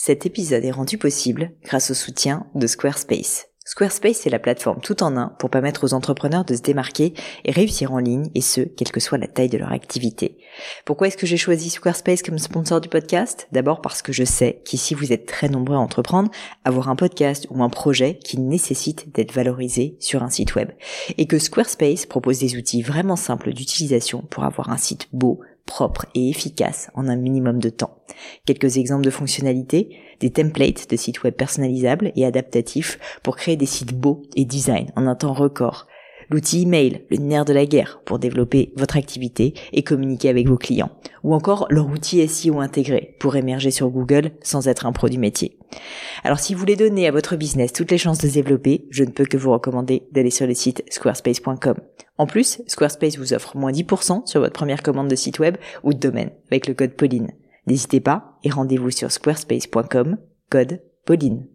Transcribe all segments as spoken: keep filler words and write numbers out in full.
Cet épisode est rendu possible grâce au soutien de Squarespace. Squarespace est la plateforme tout en un pour permettre aux entrepreneurs de se démarquer et réussir en ligne, et ce, quelle que soit la taille de leur activité. Pourquoi est-ce que j'ai choisi Squarespace comme sponsor du podcast ? D'abord parce que je sais qu'ici vous êtes très nombreux à entreprendre, avoir un podcast ou un projet qui nécessite d'être valorisé sur un site web. Et que Squarespace propose des outils vraiment simples d'utilisation pour avoir un site beau, propre et efficace en un minimum de temps. Quelques exemples de fonctionnalités, des templates de sites web personnalisables et adaptatifs pour créer des sites beaux et design en un temps record. L'outil email, le nerf de la guerre pour développer votre activité et communiquer avec vos clients. Ou encore leur outil S E O intégré pour émerger sur Google sans être un pro du métier. Alors si vous voulez donner à votre business toutes les chances de se développer, je ne peux que vous recommander d'aller sur le site squarespace point com. En plus, Squarespace vous offre moins dix pour cent sur votre première commande de site web ou de domaine avec le code Pauline. N'hésitez pas et rendez-vous sur squarespace point com, code Pauline.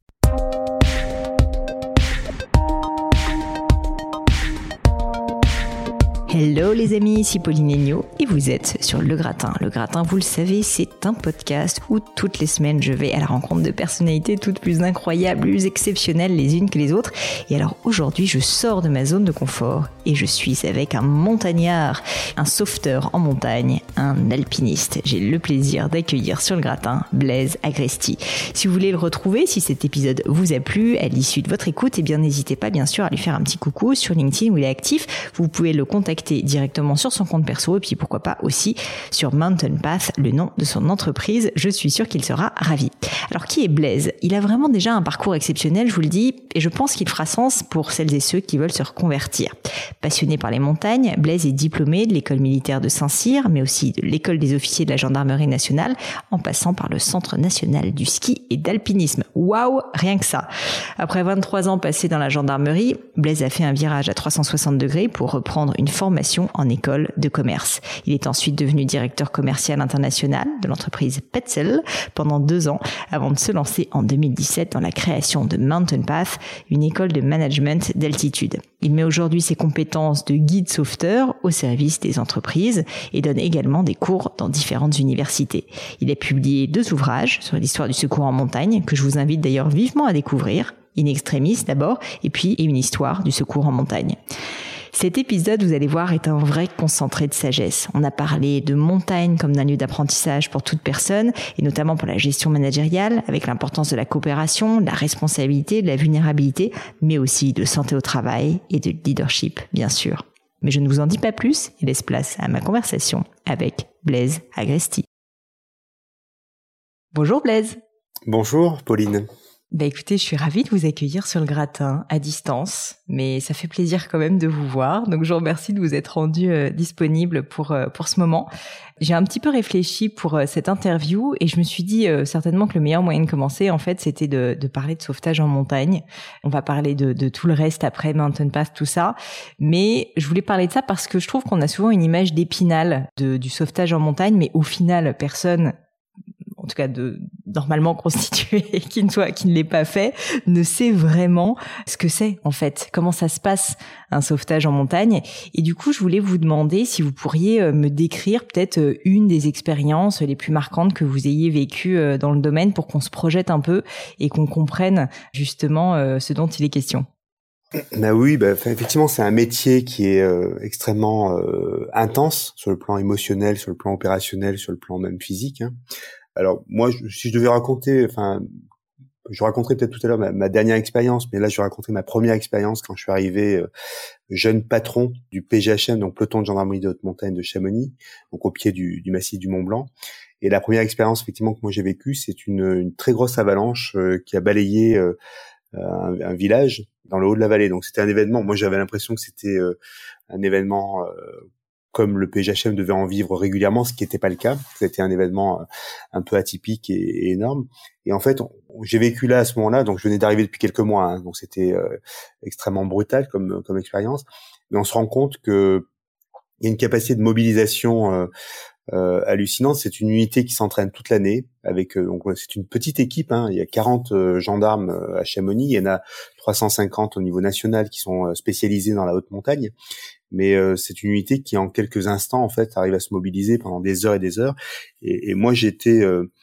Hello les amis, ici Pauline Agneau et vous êtes sur Le Gratin. Le Gratin, vous le savez, c'est un podcast où toutes les semaines je vais à la rencontre de personnalités toutes plus incroyables, plus exceptionnelles les unes que les autres. Et alors aujourd'hui, je sors de ma zone de confort et je suis avec un montagnard, un sauveteur en montagne, un alpiniste. J'ai le plaisir d'accueillir sur Le Gratin Blaise Agresti. Si vous voulez le retrouver, si cet épisode vous a plu à l'issue de votre écoute, eh bien n'hésitez pas bien sûr à lui faire un petit coucou sur LinkedIn où il est actif. Vous pouvez le contacter directement sur son compte perso et puis pourquoi pas aussi sur Mountain Path, le nom de son entreprise. Je suis sûre qu'il sera ravi. Alors qui est Blaise ? Il a vraiment déjà un parcours exceptionnel, je vous le dis, et je pense qu'il fera sens pour celles et ceux qui veulent se reconvertir. Passionné par les montagnes, Blaise est diplômé de l'école militaire de Saint-Cyr, mais aussi de l'école des officiers de la gendarmerie nationale, en passant par le Centre national du ski et d'alpinisme. Waouh, rien que ça. Après vingt-trois ans passés dans la gendarmerie, Blaise a fait un virage à trois cent soixante degrés pour reprendre une formation en école de commerce. Il est ensuite devenu directeur commercial international de l'entreprise Petzl pendant deux ans avant de se lancer en deux mille dix-sept dans la création de Mountain Path, une école de management d'altitude. Il met aujourd'hui ses compétences de guide sauveteur au service des entreprises et donne également des cours dans différentes universités. Il a publié deux ouvrages sur l'histoire du secours en montagne que je vous invite d'ailleurs vivement à découvrir. In Extremis d'abord et puis Une histoire du secours en montagne. Cet épisode, vous allez voir, est un vrai concentré de sagesse. On a parlé de montagne comme d'un lieu d'apprentissage pour toute personne, et notamment pour la gestion managériale, avec l'importance de la coopération, de la responsabilité, de la vulnérabilité, mais aussi de santé au travail et de leadership, bien sûr. Mais je ne vous en dis pas plus et laisse place à ma conversation avec Blaise Agresti. Bonjour Blaise. Bonjour Pauline. Bah écoutez, je suis ravie de vous accueillir sur Le Gratin à distance, mais ça fait plaisir quand même de vous voir. Donc je vous remercie de vous être rendu euh, disponible pour euh, pour ce moment. J'ai un petit peu réfléchi pour euh, cette interview et je me suis dit euh, certainement que le meilleur moyen de commencer, en fait, c'était de, de parler de sauvetage en montagne. On va parler de, de tout le reste après, Mountain Path, tout ça. Mais je voulais parler de ça parce que je trouve qu'on a souvent une image d'Épinal de, du sauvetage en montagne, mais au final, personne, en tout cas de normalement constitué et qui ne soit qui ne l'ait pas fait, ne sait vraiment ce que c'est en fait, comment ça se passe un sauvetage en montagne. Et du coup, je voulais vous demander si vous pourriez me décrire peut-être une des expériences les plus marquantes que vous ayez vécues dans le domaine pour qu'on se projette un peu et qu'on comprenne justement ce dont il est question. Bah oui, bah effectivement, c'est un métier qui est euh, extrêmement euh, intense sur le plan émotionnel, sur le plan opérationnel, sur le plan même physique, hein. Alors moi, je, si je devais raconter, enfin, je raconterai peut-être tout à l'heure ma, ma dernière expérience, mais là, je raconterai ma première expérience quand je suis arrivé euh, jeune patron du P G H M, donc peloton de gendarmerie de haute montagne de Chamonix, donc au pied du, du massif du Mont Blanc. Et la première expérience, effectivement, que moi j'ai vécue, c'est une, une très grosse avalanche euh, qui a balayé euh, un, un village dans le haut de la vallée. Donc c'était un événement. Moi, j'avais l'impression que c'était euh, un événement euh, comme le P G H M devait en vivre régulièrement, ce qui n'était pas le cas. C'était un événement un peu atypique et, et énorme. Et en fait, on, j'ai vécu là à ce moment-là, donc je venais d'arriver depuis quelques mois, hein, donc c'était euh, extrêmement brutal comme comme expérience. Mais on se rend compte que il y a une capacité de mobilisation euh, euh, hallucinante. C'est une unité qui s'entraîne toute l'année. Avec euh, donc c'est une petite équipe. Hein, il y a quarante euh, gendarmes euh, à Chamonix. Il y en a trois cent cinquante au niveau national qui sont euh, spécialisés dans la haute montagne. Mais euh, c'est une unité qui en quelques instants en fait arrive à se mobiliser pendant des heures et des heures. Et, et moi j'étais euh,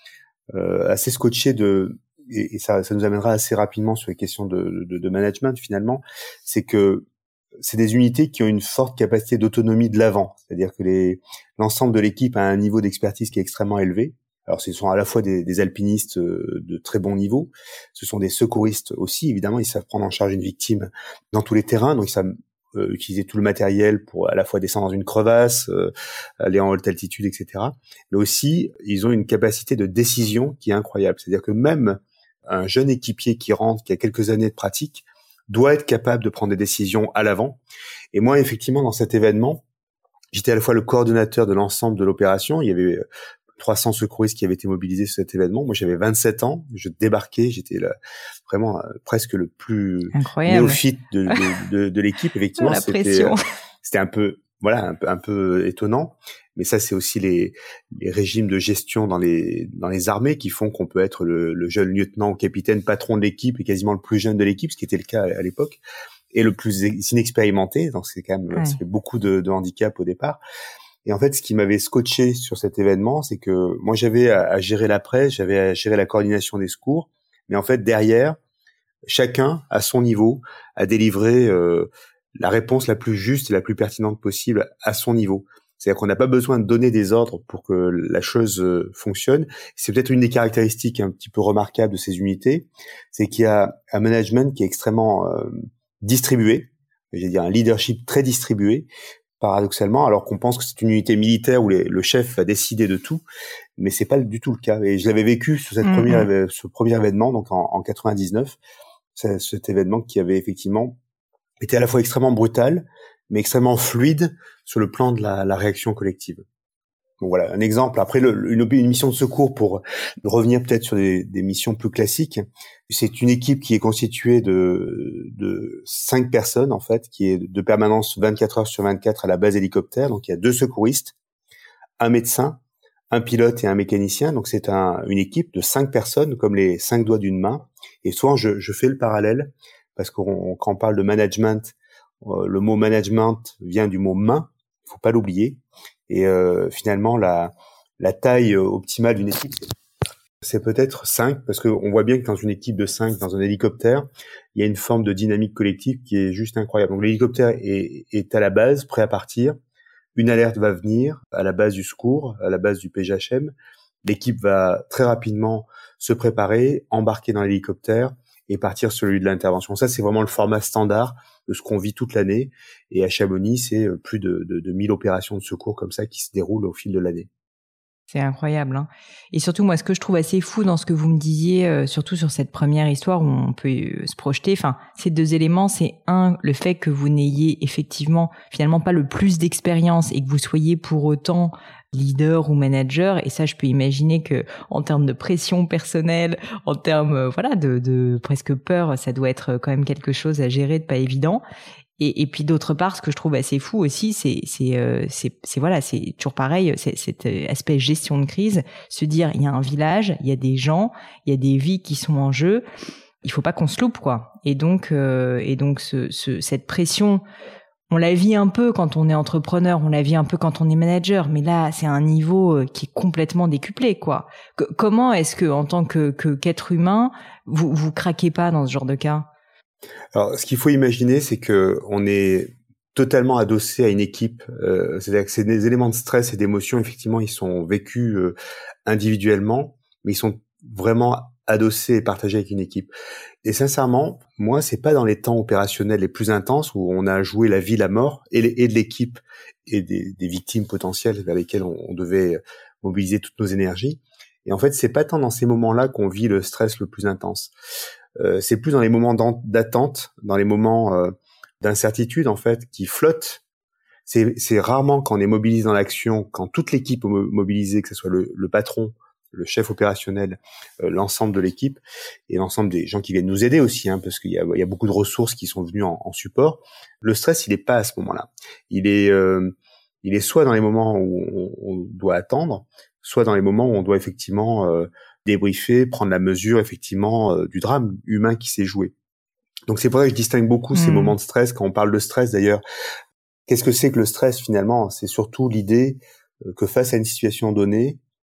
euh, assez scotché de et, et ça, ça nous amènera assez rapidement sur les questions de, de, de management finalement, c'est que c'est des unités qui ont une forte capacité d'autonomie de l'avant, c'est-à-dire que les, l'ensemble de l'équipe a un niveau d'expertise qui est extrêmement élevé. Alors, ce sont à la fois des, des alpinistes de très bon niveau, ce sont des secouristes aussi, évidemment, ils savent prendre en charge une victime dans tous les terrains, donc ils savent euh, utiliser tout le matériel pour à la fois descendre dans une crevasse, euh, aller en haute altitude, et cetera. Mais aussi, ils ont une capacité de décision qui est incroyable, c'est-à-dire que même un jeune équipier qui rentre, qui a quelques années de pratique, doit être capable de prendre des décisions à l'avant. Et moi, effectivement, dans cet événement, j'étais à la fois le coordonnateur de l'ensemble de l'opération. Il y avait trois cents secouristes qui avaient été mobilisés sur cet événement. Moi, j'avais vingt-sept ans. Je débarquais. J'étais là, vraiment euh, presque le plus Incroyable. néophyte de, de, de, de l'équipe. Effectivement, la c'était, pression. Euh, c'était un peu, voilà, un peu, un peu étonnant. Mais ça, c'est aussi les, les régimes de gestion dans les, dans les armées qui font qu'on peut être le, le jeune lieutenant ou capitaine, patron de l'équipe et quasiment le plus jeune de l'équipe, ce qui était le cas à, à l'époque, et le plus inexpérimenté. Donc, c'est quand même, ouais. Ça fait beaucoup de, de handicap au départ. Et en fait, ce qui m'avait scotché sur cet événement, c'est que moi, j'avais à, à gérer la presse, j'avais à gérer la coordination des secours. Mais en fait, derrière, chacun, à son niveau, a délivré euh, la réponse la plus juste et la plus pertinente possible à son niveau. C'est-à-dire qu'on n'a pas besoin de donner des ordres pour que la chose fonctionne. C'est peut-être une des caractéristiques un petit peu remarquables de ces unités, c'est qu'il y a un management qui est extrêmement euh, distribué, je vais dire un leadership très distribué, paradoxalement, alors qu'on pense que c'est une unité militaire où les, le chef va décider de tout, mais c'est pas du tout le cas. Et je l'avais vécu sur cette mmh. première, ce premier événement, donc en, en quatre-vingt-dix-neuf, c'est cet événement qui avait effectivement été à la fois extrêmement brutal, mais extrêmement fluide sur le plan de la, la réaction collective. Donc voilà, un exemple. Après, le, une, une mission de secours, pour revenir peut-être sur des, des missions plus classiques, c'est une équipe qui est constituée de, de cinq personnes, en fait, qui est de permanence vingt-quatre heures sur vingt-quatre à la base hélicoptère. Donc il y a deux secouristes, un médecin, un pilote et un mécanicien. Donc c'est un, une équipe de cinq personnes, comme les cinq doigts d'une main. Et souvent, je, je fais le parallèle, parce qu'on quand on parle de management, le mot management vient du mot main, il faut pas l'oublier. Et euh, finalement, la, la taille optimale d'une équipe, c'est peut-être cinq, parce qu'on voit bien que dans une équipe de cinq, dans un hélicoptère, il y a une forme de dynamique collective qui est juste incroyable. Donc l'hélicoptère est, est à la base, prêt à partir. Une alerte va venir à la base du secours, à la base du P G H M. L'équipe va très rapidement se préparer, embarquer dans l'hélicoptère et partir sur le lieu de l'intervention. Ça, c'est vraiment le format standard de ce qu'on vit toute l'année. Et à Chamonix, c'est plus de, de, de mille opérations de secours comme ça qui se déroulent au fil de l'année. C'est incroyable, hein. Et surtout, moi, ce que je trouve assez fou dans ce que vous me disiez, euh, surtout sur cette première histoire où on peut euh, se projeter, enfin, ces deux éléments, c'est un, le fait que vous n'ayez effectivement, finalement, pas le plus d'expérience et que vous soyez pour autant leader ou manager. Et ça, je peux imaginer que, en termes de pression personnelle, en termes, euh, voilà, de, de presque peur, ça doit être quand même quelque chose à gérer de pas évident. Et, et puis d'autre part, ce que je trouve assez fou aussi, c'est c'est euh, c'est, c'est voilà, c'est toujours pareil, c'est cet aspect gestion de crise, se dire il y a un village, il y a des gens, il y a des vies qui sont en jeu, il faut pas qu'on se loupe quoi. Et donc euh, et donc ce, ce cette pression, on la vit un peu quand on est entrepreneur, on la vit un peu quand on est manager, mais là c'est un niveau qui est complètement décuplé quoi. Que, comment est-ce que en tant que, que qu'être humain, vous vous craquez pas dans ce genre de cas? Alors, ce qu'il faut imaginer, c'est que on est totalement adossé à une équipe. Euh, c'est-à-dire que c'est des éléments de stress et d'émotion, effectivement, ils sont vécus euh, individuellement, mais ils sont vraiment adossés et partagés avec une équipe. Et sincèrement, moi, c'est pas dans les temps opérationnels les plus intenses où on a joué la vie, la mort, et, les, et de l'équipe et des, des victimes potentielles vers lesquelles on, on devait mobiliser toutes nos énergies. Et en fait, c'est pas tant dans ces moments-là qu'on vit le stress le plus intense. Euh, c'est plus dans les moments d'attente, dans les moments euh, d'incertitude en fait, qui flottent. C'est, c'est rarement quand on est mobilisé dans l'action, quand toute l'équipe est mobilisée, que ce soit le, le patron, le chef opérationnel, euh, l'ensemble de l'équipe et l'ensemble des gens qui viennent nous aider aussi, hein, parce qu'il y a, il y a beaucoup de ressources qui sont venues en, en support. Le stress, il est pas à ce moment-là. Il est, euh, il est soit dans les moments où on, on doit attendre, soit dans les moments où on doit effectivement euh, débriefer, prendre la mesure effectivement euh, du drame humain qui s'est joué. Donc c'est pour ça que je distingue beaucoup mmh. ces moments de stress. Quand on parle de stress d'ailleurs, qu'est-ce que c'est que le stress finalement ? C'est surtout l'idée que face à une situation donnée,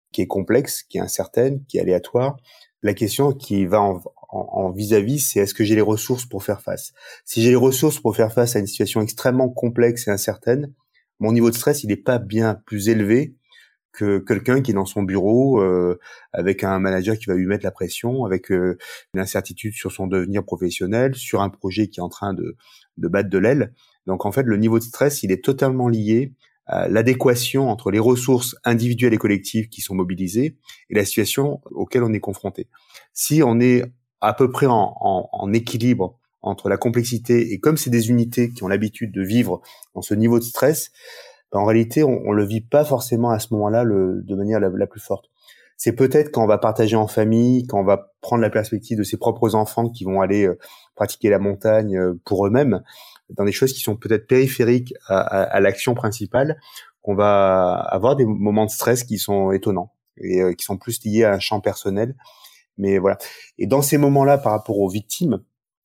qui est complexe, qui est incertaine, qui est aléatoire. La question qui va en, en, en vis-à-vis, c'est est-ce que j'ai les ressources pour faire face? Si j'ai les ressources pour faire face à une situation extrêmement complexe et incertaine, mon niveau de stress, il n'est pas bien plus élevé que quelqu'un qui est dans son bureau euh, avec un manager qui va lui mettre la pression, avec euh, une incertitude sur son devenir professionnel, sur un projet qui est en train de, de battre de l'aile. Donc en fait, le niveau de stress, il est totalement lié à l'adéquation entre les ressources individuelles et collectives qui sont mobilisées et la situation auquel on est confronté. Si on est à peu près en, en, en équilibre entre la complexité et comme c'est des unités qui ont l'habitude de vivre dans ce niveau de stress, ben en réalité, on, on le vit pas forcément à ce moment-là le, de manière la, la plus forte. C'est peut-être quand on va partager en famille, quand on va prendre la perspective de ses propres enfants qui vont aller euh, pratiquer la montagne euh, pour eux-mêmes, dans des choses qui sont peut-être périphériques à, à, à l'action principale, qu'on va avoir des moments de stress qui sont étonnants et euh, qui sont plus liés à un champ personnel. Mais voilà. Et dans ces moments-là, par rapport aux victimes,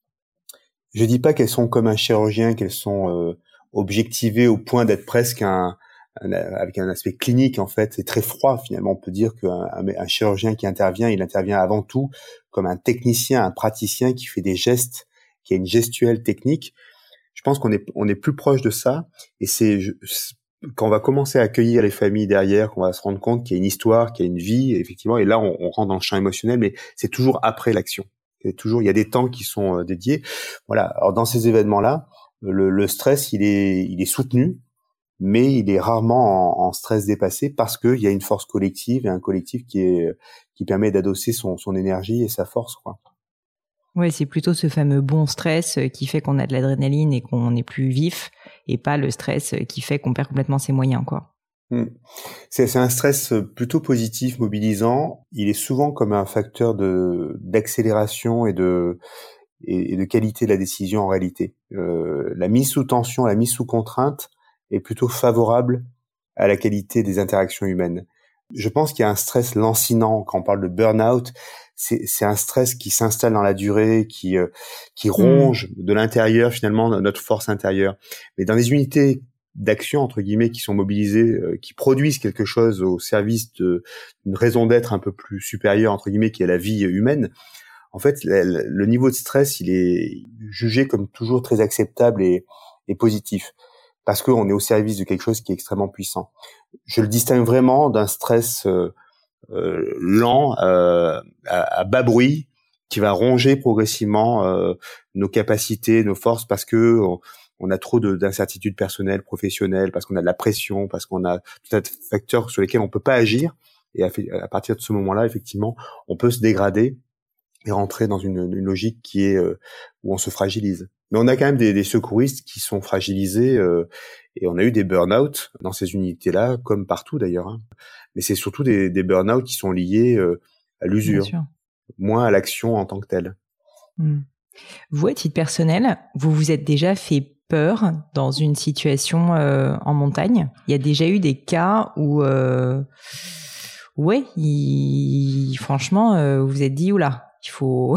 je dis pas qu'elles sont comme un chirurgien, qu'elles sont euh, objectivées au point d'être presque un, un avec un aspect clinique en fait. C'est très froid finalement. On peut dire qu'un un, un chirurgien qui intervient, il intervient avant tout comme un technicien, un praticien qui fait des gestes, qui a une gestuelle technique. Je pense qu'on est on est plus proche de ça. Et c'est je, quand on va commencer à accueillir les familles derrière, qu'on va se rendre compte qu'il y a une histoire, qu'il y a une vie, effectivement. Et là, on, on rentre dans le champ émotionnel, mais c'est toujours après l'action. C'est toujours, il y a des temps qui sont euh, dédiés. Voilà. Alors dans ces événements-là, le, le stress, il est, il est soutenu, mais il est rarement en, en stress dépassé parce qu'il y a une force collective et un collectif qui est, qui permet d'adosser son, son énergie et sa force, quoi. Ouais, c'est plutôt ce fameux bon stress qui fait qu'on a de l'adrénaline et qu'on est plus vif, et pas le stress qui fait qu'on perd complètement ses moyens, quoi. Mmh. C'est, c'est un stress plutôt positif, mobilisant. Il est souvent comme un facteur de d'accélération et de et, et de qualité de la décision en réalité. Euh, la mise sous tension, la mise sous contrainte est plutôt favorable à la qualité des interactions humaines. Je pense qu'il y a un stress lancinant quand on parle de burn-out. C'est, c'est un stress qui s'installe dans la durée, qui euh, qui ronge mmh. de l'intérieur finalement notre force intérieure. Mais dans les unités d'action entre guillemets qui sont mobilisées, euh, qui produisent quelque chose au service de, d'une raison d'être un peu plus supérieure entre guillemets qui est la vie humaine. En fait, le, le niveau de stress, il est jugé comme toujours très acceptable et, et positif parce qu'on est au service de quelque chose qui est extrêmement puissant. Je le distingue vraiment d'un stress euh, euh, lent, euh, à, à bas bruit, qui va ronger progressivement euh, nos capacités, nos forces, parce que on, on a trop de, d'incertitudes personnelles, professionnelles, parce qu'on a de la pression, parce qu'on a tout un tas de facteurs sur lesquels on peut pas agir. Et à, à partir de ce moment-là, effectivement, on peut se dégrader et rentrer dans une, une logique qui est euh, où on se fragilise. Mais on a quand même des, des secouristes qui sont fragilisés euh, et on a eu des burn-out dans ces unités-là, comme partout d'ailleurs. Hein. Mais c'est surtout des, des burn-out qui sont liés euh, à l'usure, moins à l'action en tant que telle. Mmh. Vous, à titre personnel, vous vous êtes déjà fait peur dans une situation euh, en montagne? Il y a déjà eu des cas où, euh, ouais, il, franchement, euh, vous vous êtes dit, oula, il faut,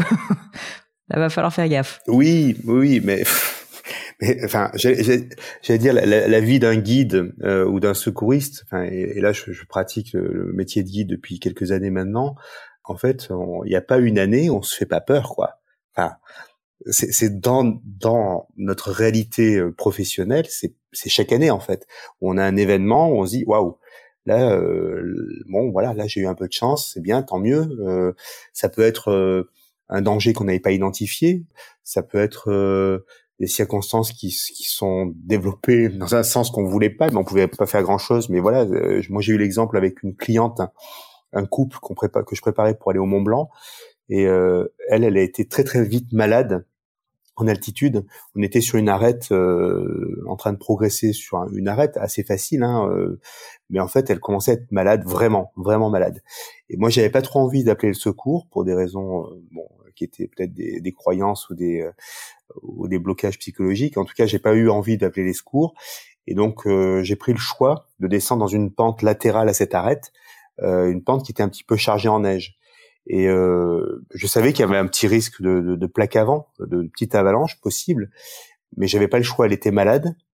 là va falloir faire gaffe. Oui, oui, mais, mais enfin, j'allais, j'allais, j'allais dire la, la, la vie d'un guide euh, ou d'un secouriste. Enfin, et, et là, je, je pratique le, le métier de guide depuis quelques années maintenant. En fait, il n'y a pas une année, on se fait pas peur, quoi. Enfin, c'est, c'est dans dans notre réalité professionnelle, c'est c'est chaque année en fait. Où on a un événement où on se dit waouh. Là, euh, bon, voilà, là j'ai eu un peu de chance, c'est bien, tant mieux. Euh, ça peut être euh, un danger qu'on n'avait pas identifié, ça peut être euh, des circonstances qui qui sont développées dans un sens qu'on voulait pas, mais on pouvait pas faire grand chose. Mais voilà, euh, moi j'ai eu l'exemple avec une cliente, un, un couple qu'on prépare, que je préparais pour aller au Mont Blanc, et euh, elle, elle a été très très vite malade en altitude. On était sur une arête, euh, en train de progresser sur une arête assez facile, hein, euh, mais en fait, elle commençait à être malade, vraiment, vraiment malade. Et moi, j'avais pas trop envie d'appeler le secours pour des raisons, euh, bon, qui étaient peut-être des, des croyances ou des euh, ou des blocages psychologiques. En tout cas, j'ai pas eu envie d'appeler les secours. Et donc, euh, j'ai pris le choix de descendre dans une pente latérale à cette arête, euh, une pente qui était un petit peu chargée en neige. Et euh, je savais qu'il y avait un petit risque de, de, de plaque avant, de petite avalanche possible, mais j'avais pas le choix. Elle était malade,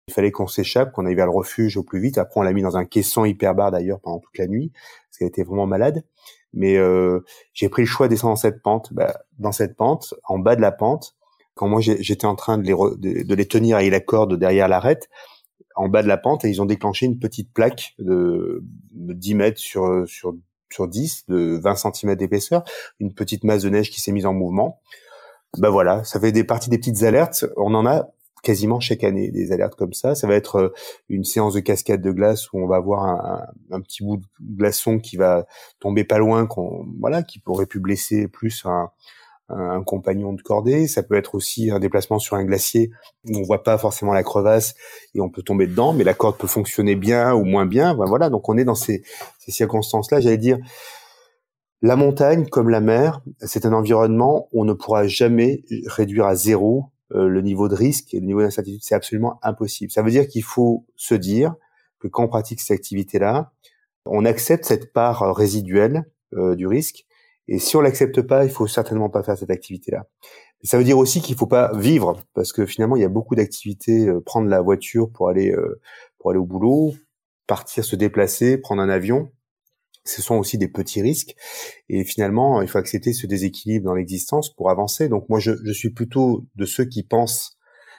Il fallait qu'on s'échappe, qu'on aille vers le refuge au plus vite. Après, on l'a mis dans un caisson hyperbare d'ailleurs pendant toute la nuit, parce qu'elle était vraiment malade. Mais euh, j'ai pris le choix de descendre dans cette pente. Bah, dans cette pente, en bas de la pente, quand moi j'étais en train de les, re, de, de les tenir avec la corde derrière l'arête, en bas de la pente, et ils ont déclenché une petite plaque de, de dix mètres sur, sur, sur dix, de vingt centimètres d'épaisseur, une petite masse de neige qui s'est mise en mouvement. Bah voilà, ça fait des parties des petites alertes. On en a quasiment chaque année des alertes comme ça. Ça va être une séance de cascade de glace où on va avoir un, un, un petit bout de glaçon qui va tomber pas loin, qu'on, voilà, qui pourrait plus blesser plus un, un, un compagnon de cordée. Ça peut être aussi un déplacement sur un glacier où on voit pas forcément la crevasse et on peut tomber dedans, mais la corde peut fonctionner bien ou moins bien. Ben voilà, donc on est dans ces, ces circonstances-là. J'allais dire, la montagne, comme la mer, c'est un environnement où on ne pourra jamais réduire à zéro euh, le niveau de risque et le niveau d'incertitude. C'est absolument impossible. Ça veut dire qu'il faut se dire que quand on pratique cette activité-là, on accepte cette part résiduelle euh, du risque. Et si on l'accepte pas, il faut certainement pas faire cette activité-là. Et ça veut dire aussi qu'il faut pas vivre, parce que finalement, il y a beaucoup d'activités. Euh, prendre la voiture pour aller euh, pour aller au boulot, partir, se déplacer, prendre un avion. Ce sont aussi des petits risques, et finalement, il faut accepter ce déséquilibre dans l'existence pour avancer. Donc moi, je, je suis plutôt de ceux qui pensent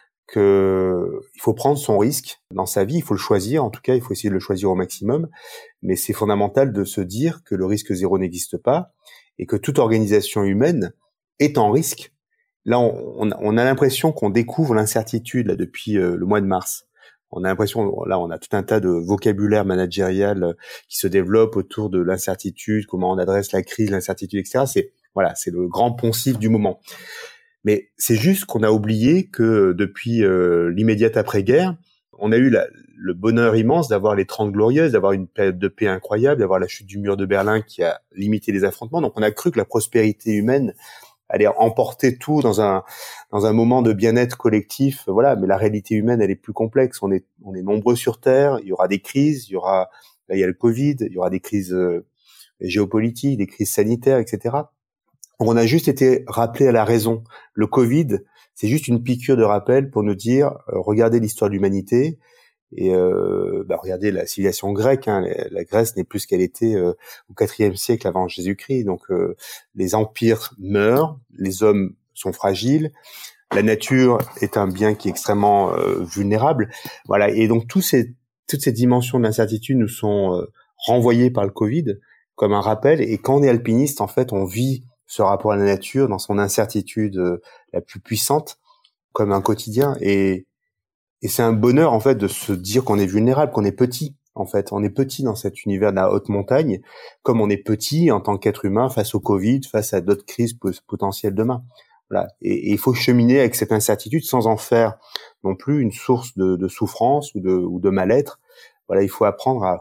que il faut prendre son risque dans sa vie, il faut le choisir, en tout cas, il faut essayer de le choisir au maximum, mais c'est fondamental de se dire que le risque zéro n'existe pas, et que toute organisation humaine est en risque. Là, on, on a l'impression qu'on découvre l'incertitude là depuis euh, le mois de mars. On a l'impression, là, on a tout un tas de vocabulaire managérial qui se développe autour de l'incertitude, comment on adresse la crise, l'incertitude, et cetera. C'est, voilà, c'est le grand poncif du moment. Mais c'est juste qu'on a oublié que depuis euh, l'immédiate après-guerre, on a eu la, le bonheur immense d'avoir les Trente Glorieuses, d'avoir une période de paix incroyable, d'avoir la chute du mur de Berlin qui a limité les affrontements. Donc on a cru que la prospérité humaine allait emporter tout dans un dans un moment de bien-être collectif, voilà. Mais la réalité humaine, elle est plus complexe. On est on est nombreux sur Terre. Il y aura des crises. Il y aura là, il y a le Covid. Il y aura des crises euh, géopolitiques, des crises sanitaires, et cetera. Donc on a juste été rappelé à la raison. Le Covid, c'est juste une piqûre de rappel pour nous dire euh, regardez l'histoire de l'humanité. Et euh, bah regardez la civilisation grecque, hein, la, la Grèce n'est plus ce qu'elle était euh, au quatrième siècle avant Jésus-Christ. Donc euh, les empires meurent, les hommes sont fragiles, la nature est un bien qui est extrêmement euh, vulnérable. Voilà. Et donc tous ces, toutes ces dimensions de l'incertitude nous sont euh, renvoyées par le Covid comme un rappel. Et quand on est alpiniste, en fait, on vit ce rapport à la nature dans son incertitude euh, la plus puissante comme un quotidien. Et Et c'est un bonheur, en fait, de se dire qu'on est vulnérable, qu'on est petit, en fait. On est petit dans cet univers de la haute montagne, comme on est petit en tant qu'être humain face au Covid, face à d'autres crises potentielles demain. Voilà. Et, et il faut cheminer avec cette incertitude sans en faire non plus une source de, de souffrance ou de, ou de mal-être. Voilà, il faut apprendre à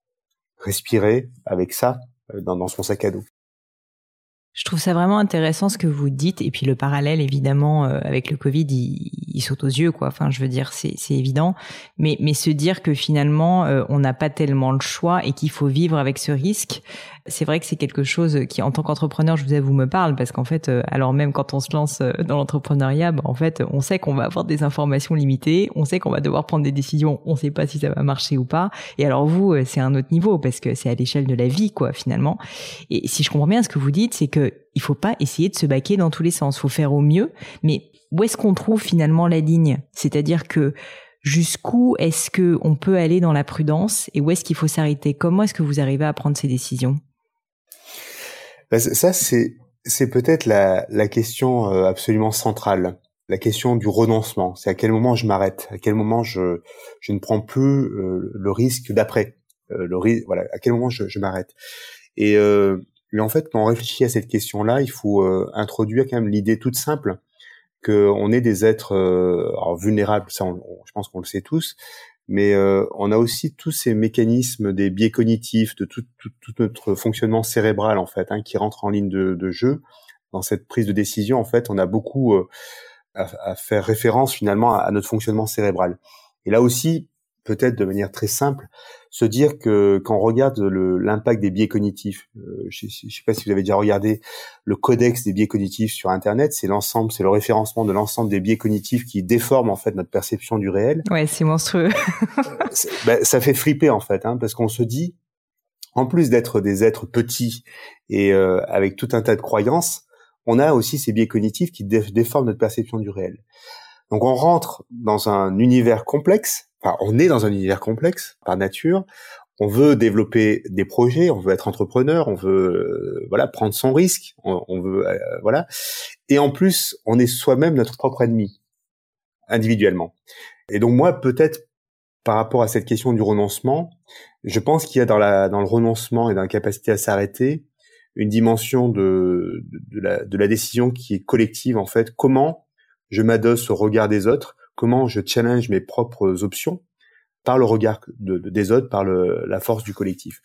respirer avec ça dans, dans son sac à dos. Je trouve ça vraiment intéressant ce que vous dites, et puis le parallèle évidemment euh, avec le Covid, il, il saute aux yeux, quoi. Enfin, je veux dire, c'est, c'est évident, mais mais se dire que finalement euh, on n'a pas tellement le choix et qu'il faut vivre avec ce risque, c'est vrai que c'est quelque chose qui, en tant qu'entrepreneur, je vous avoue, me parle, parce qu'en fait, euh, alors même quand on se lance dans l'entrepreneuriat, bah, en fait, on sait qu'on va avoir des informations limitées, on sait qu'on va devoir prendre des décisions, on sait pas si ça va marcher ou pas. Et alors vous, c'est un autre niveau, parce que c'est à l'échelle de la vie, quoi, finalement. Et si je comprends bien ce que vous dites, c'est que il faut pas essayer de se baquer dans tous les sens, faut faire au mieux, mais où est-ce qu'on trouve finalement la ligne? C'est-à-dire que jusqu'où est-ce que on peut aller dans la prudence et où est-ce qu'il faut s'arrêter? Comment est-ce que vous arrivez à prendre ces décisions? Ben, ça, c'est, c'est peut-être la, la question absolument centrale, la question du renoncement. C'est à quel moment je m'arrête, à quel moment je, je ne prends plus euh, le risque d'après, euh, le risque, voilà, à quel moment je, je m'arrête. Et euh, Mais en fait, quand on réfléchit à cette question-là, il faut euh, introduire quand même l'idée toute simple qu'on est des êtres euh, alors vulnérables, ça, on, on, je pense qu'on le sait tous, mais euh, on a aussi tous ces mécanismes des biais cognitifs, de tout, tout, tout notre fonctionnement cérébral en fait, hein, qui rentre en ligne de, de jeu dans cette prise de décision. En fait, on a beaucoup euh, à, à faire référence finalement à, à notre fonctionnement cérébral. Et là aussi, peut-être de manière très simple, se dire que quand on regarde le, l'impact des biais cognitifs, euh, je ne sais pas si vous avez déjà regardé le codex des biais cognitifs sur Internet, c'est l'ensemble, c'est le référencement de l'ensemble des biais cognitifs qui déforment en fait notre perception du réel. Ouais, c'est monstrueux. c'est, ben, ça fait flipper en fait, hein, parce qu'on se dit, en plus d'être des êtres petits et euh, avec tout un tas de croyances, on a aussi ces biais cognitifs qui dé- déforment notre perception du réel. Donc on rentre dans un univers complexe, enfin on est dans un univers complexe par nature, on veut développer des projets, on veut être entrepreneur, on veut euh, voilà prendre son risque, on, on veut euh, voilà, et en plus on est soi-même notre propre ennemi individuellement. Et donc moi peut-être par rapport à cette question du renoncement, je pense qu'il y a dans la dans le renoncement et dans la capacité à s'arrêter une dimension de de, de la de la décision qui est collective en fait. Comment je m'adosse au regard des autres, comment je challenge mes propres options par le regard de, de, des autres, par le, la force du collectif.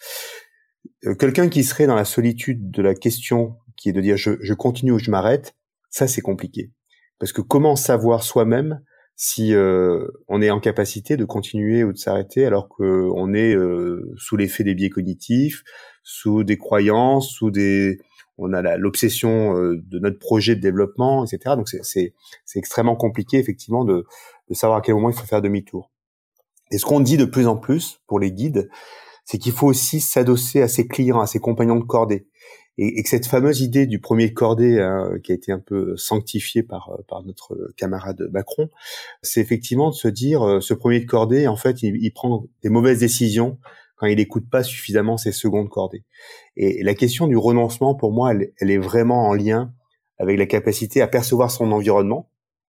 Euh, quelqu'un qui serait dans la solitude de la question, qui est de dire je, je continue ou je m'arrête, ça c'est compliqué. Parce que comment savoir soi-même si euh, on est en capacité de continuer ou de s'arrêter alors qu'on est euh, sous l'effet des biais cognitifs, sous des croyances, sous des... on a la, l'obsession euh, de notre projet de développement, et cetera. Donc c'est, c'est, c'est extrêmement compliqué effectivement de, de savoir à quel moment il faut faire demi-tour. Et ce qu'on dit de plus en plus pour les guides, c'est qu'il faut aussi s'adosser à ses clients, à ses compagnons de cordée. Et, et que cette fameuse idée du premier de cordée, hein, qui a été un peu sanctifiée par, par notre camarade Macron, c'est effectivement de se dire, euh, ce premier de cordée, en fait, il, il prend des mauvaises décisions quand il n'écoute pas suffisamment ses secondes cordées. Et, et la question du renoncement, pour moi, elle, elle est vraiment en lien avec la capacité à percevoir son environnement,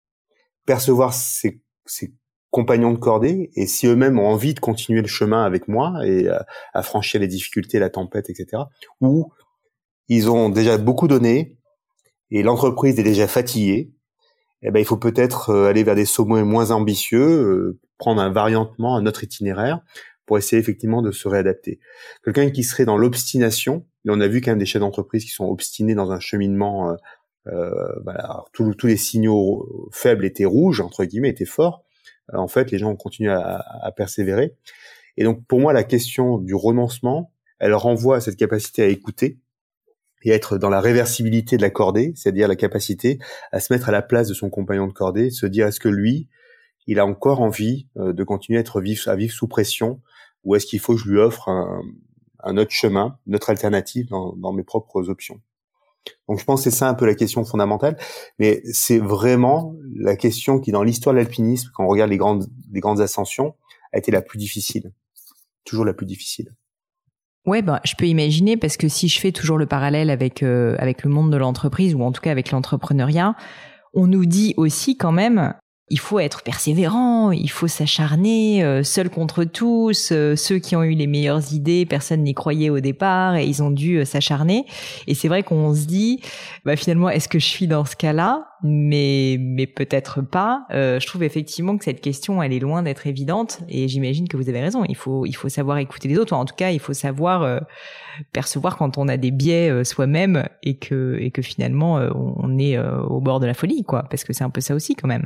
percevoir ses, ses compagnons de cordée, et si eux-mêmes ont envie de continuer le chemin avec moi et à, à franchir les difficultés, la tempête, et cetera, ou ils ont déjà beaucoup donné et l'entreprise est déjà fatiguée, eh ben il faut peut-être aller vers des sommets moins ambitieux, euh, prendre un variantement, un autre itinéraire pour essayer effectivement de se réadapter. Quelqu'un qui serait dans l'obstination, et on a vu quand même des chefs d'entreprise qui sont obstinés dans un cheminement, euh, euh, voilà, tous, tous les signaux faibles étaient rouges, entre guillemets, étaient forts. Euh, en fait, les gens ont continué à, à persévérer. Et donc, pour moi, la question du renoncement, elle renvoie à cette capacité à écouter et être dans la réversibilité de la cordée, c'est-à-dire la capacité à se mettre à la place de son compagnon de cordée, se dire est-ce que lui, il a encore envie euh, de continuer à être vif, à vivre sous pression, ou est-ce qu'il faut que je lui offre un, un autre chemin, une autre alternative dans, dans mes propres options. Donc je pense que c'est ça un peu la question fondamentale, mais c'est vraiment la question qui, dans l'histoire de l'alpinisme, quand on regarde les grandes, les grandes ascensions, a été la plus difficile, toujours la plus difficile. Ouais, ben, je peux imaginer, parce que si je fais toujours le parallèle avec euh, avec le monde de l'entreprise, ou en tout cas avec l'entrepreneuriat, on nous dit aussi quand même, il faut être persévérant, il faut s'acharner, euh, seul contre tous, euh, ceux qui ont eu les meilleures idées, personne n'y croyait au départ et ils ont dû euh, s'acharner. Et c'est vrai qu'on se dit, bah finalement, est-ce que je suis dans ce cas-là ? Mais mais peut-être pas. Euh, je trouve effectivement que cette question, elle est loin d'être évidente. Et j'imagine que vous avez raison. Il faut il faut savoir écouter les autres. Ou en tout cas, il faut savoir euh, percevoir quand on a des biais euh, soi-même et que et que finalement euh, on est euh, au bord de la folie, quoi. Parce que c'est un peu ça aussi quand même.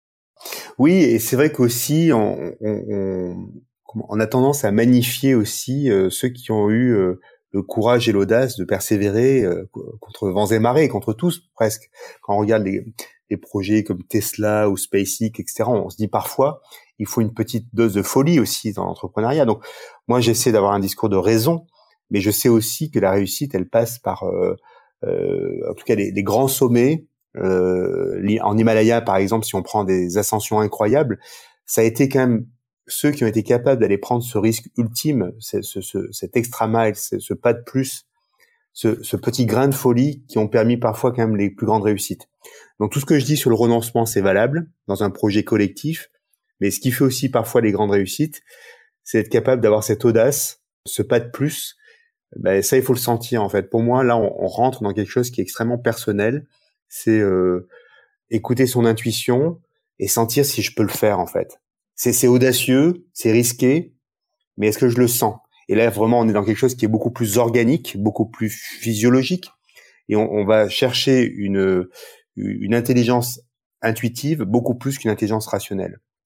Oui, et c'est vrai qu'aussi on, on, on, on a tendance à magnifier aussi euh, ceux qui ont eu euh, le courage et l'audace de persévérer euh, contre vents et marées, contre tous presque. Quand on regarde les, les projets comme Tesla ou SpaceX, et cetera, on se dit parfois il faut une petite dose de folie aussi dans l'entrepreneuriat. Donc moi j'essaie d'avoir un discours de raison, mais je sais aussi que la réussite elle passe par euh, euh, en tout cas les, les grands sommets. Euh, en Himalaya, par exemple, si on prend des ascensions incroyables, ça a été quand même ceux qui ont été capables d'aller prendre ce risque ultime, ce, ce, ce, cet extra mile, ce, ce pas de plus, ce, ce petit grain de folie qui ont permis parfois quand même les plus grandes réussites. Donc tout ce que je dis sur le renoncement, c'est valable dans un projet collectif, mais ce qui fait aussi parfois les grandes réussites, c'est être capable d'avoir cette audace, ce pas de plus. Ben, ça, il faut le sentir en fait. Pour moi, là, on, on rentre dans quelque chose qui est extrêmement personnel. C'est euh, écouter son intuition et sentir si je peux le faire en fait. C'est, c'est audacieux, c'est risqué, mais est-ce que je le sens ? Et là vraiment on est dans quelque chose qui est beaucoup plus organique, beaucoup plus physiologique, et on, on va chercher une une intelligence intuitive beaucoup plus qu'une intelligence rationnelle.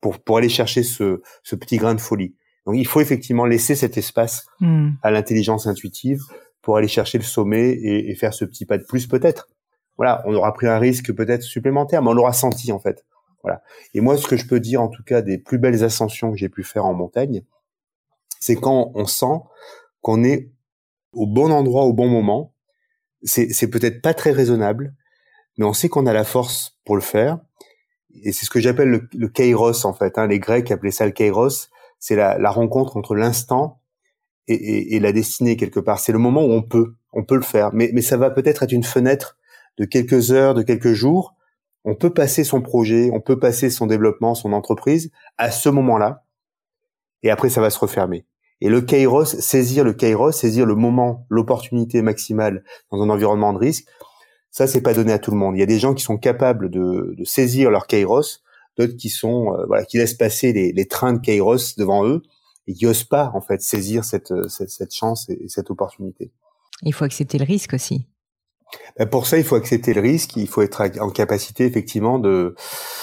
pour pour aller chercher ce ce petit grain de folie. Donc il faut effectivement laisser cet espace mmh. à l'intelligence intuitive pour aller chercher le sommet et, et faire ce petit pas de plus peut-être. Voilà, on aura pris un risque peut-être supplémentaire, mais on l'aura senti en fait. Voilà. Et moi, ce que je peux dire en tout cas des plus belles ascensions que j'ai pu faire en montagne, c'est quand on sent qu'on est au bon endroit au bon moment. C'est, c'est peut-être pas très raisonnable, mais on sait qu'on a la force pour le faire. Et c'est ce que j'appelle le, le kairos en fait. Hein. Les Grecs appelaient ça le kairos. C'est la, la rencontre entre l'instant et, et, et la destinée quelque part. C'est le moment où on peut, on peut le faire. Mais, mais ça va peut-être être une fenêtre de quelques heures, de quelques jours. On peut passer son projet, on peut passer son développement, son entreprise à ce moment-là. Et après, ça va se refermer. Et le kairos, saisir le kairos, saisir le moment, l'opportunité maximale dans un environnement de risque, ça, c'est pas donné à tout le monde. Il y a des gens qui sont capables de, de saisir leur kairos, d'autres qui sont, euh, voilà, qui laissent passer les, les trains de kairos devant eux et qui osent pas, en fait, saisir cette, cette, cette chance et cette opportunité. Il faut accepter le risque aussi. Ben pour ça, il faut accepter le risque. Il faut être en capacité, effectivement, de,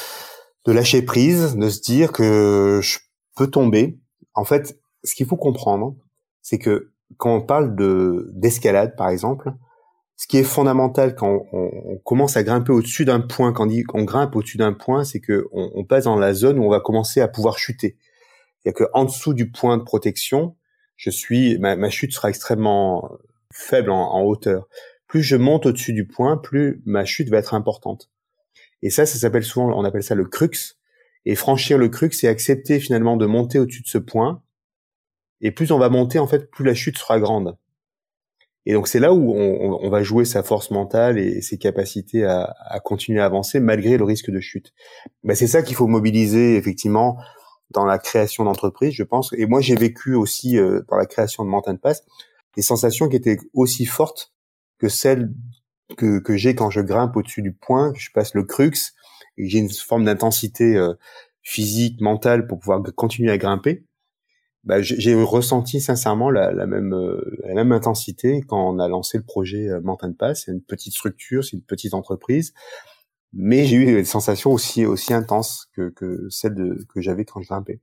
de lâcher prise, de se dire que je peux tomber. En fait, ce qu'il faut comprendre, c'est que quand on parle de, d'escalade, par exemple, ce qui est fondamental quand on, on commence à grimper au-dessus d'un point, quand on dit qu'on grimpe au-dessus d'un point, c'est que on, on passe dans la zone où on va commencer à pouvoir chuter. C'est-à-dire que en dessous du point de protection, je suis, ma, ma chute sera extrêmement faible en, en hauteur. Plus je monte au-dessus du point, plus ma chute va être importante. Et ça, ça s'appelle souvent, on appelle ça le crux. Et franchir le crux, c'est accepter finalement de monter au-dessus de ce point. Et plus on va monter, en fait, plus la chute sera grande. Et donc c'est là où on, on va jouer sa force mentale et ses capacités à, à continuer à avancer malgré le risque de chute. Ben c'est ça qu'il faut mobiliser effectivement dans la création d'entreprise, je pense. Et moi j'ai vécu aussi euh, dans la création de Mountain Pass des sensations qui étaient aussi fortes que celles que, que j'ai quand je grimpe au-dessus du point, que je passe le crux et que j'ai une forme d'intensité euh, physique, mentale pour pouvoir continuer à grimper. Bah, j'ai ressenti sincèrement la, la même euh, la même intensité quand on a lancé le projet euh, Mountain Pass. C'est une petite structure, c'est une petite entreprise, mais j'ai eu des sensations aussi aussi intenses que que celles de, que j'avais quand je grimpais.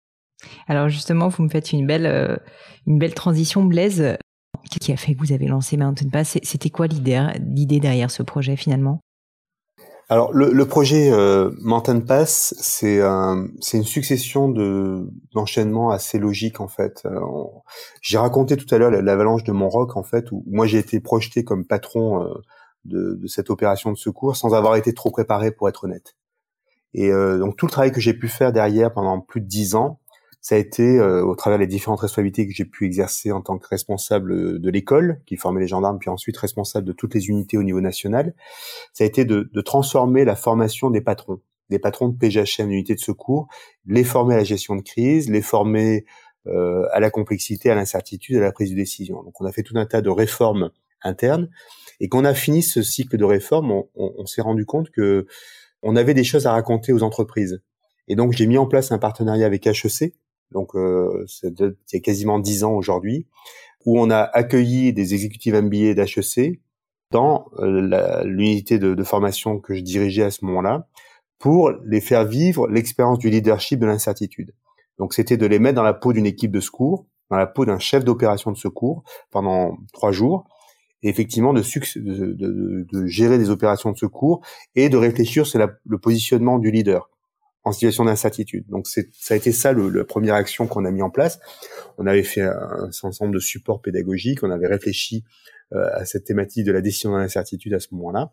Alors justement, vous me faites une belle euh, une belle transition, Blaise. Qu'est-ce qui a fait que vous avez lancé Mountain Pass? C'était quoi l'idée l'idée derrière ce projet finalement? Alors le, le projet euh, Mountain Pass, c'est un, c'est une succession de d'enchaînements assez logiques en fait. Euh, on, j'ai raconté tout à l'heure l'avalanche de Montroc en fait, où moi j'ai été projeté comme patron euh, de, de cette opération de secours sans avoir été trop préparé pour être honnête. Et euh, donc tout le travail que j'ai pu faire derrière pendant plus de dix ans, ça a été euh, au travers des différentes responsabilités que j'ai pu exercer en tant que responsable de l'école, qui formait les gendarmes, puis ensuite responsable de toutes les unités au niveau national. Ça a été de, de transformer la formation des patrons, des patrons de P G H M, d'unités de secours, les former à la gestion de crise, les former euh, à la complexité, à l'incertitude, à la prise de décision. Donc on a fait tout un tas de réformes internes, et quand on a fini ce cycle de réformes, on, on, on s'est rendu compte que on avait des choses à raconter aux entreprises. Et donc j'ai mis en place un partenariat avec H E C, donc euh, c'est de, il y a quasiment dix ans aujourd'hui, où on a accueilli des exécutifs M B A d'H E C dans euh, la, l'unité de, de formation que je dirigeais à ce moment-là, pour les faire vivre l'expérience du leadership de l'incertitude. Donc c'était de les mettre dans la peau d'une équipe de secours, dans la peau d'un chef d'opération de secours pendant trois jours, et effectivement de, de, de, de gérer des opérations de secours et de réfléchir sur la, le positionnement du leader en situation d'incertitude. Donc c'est, ça a été ça le, la première action qu'on a mis en place. On avait fait un, un ensemble de supports pédagogiques, on avait réfléchi euh, à cette thématique de la décision dans l'incertitude à ce moment-là.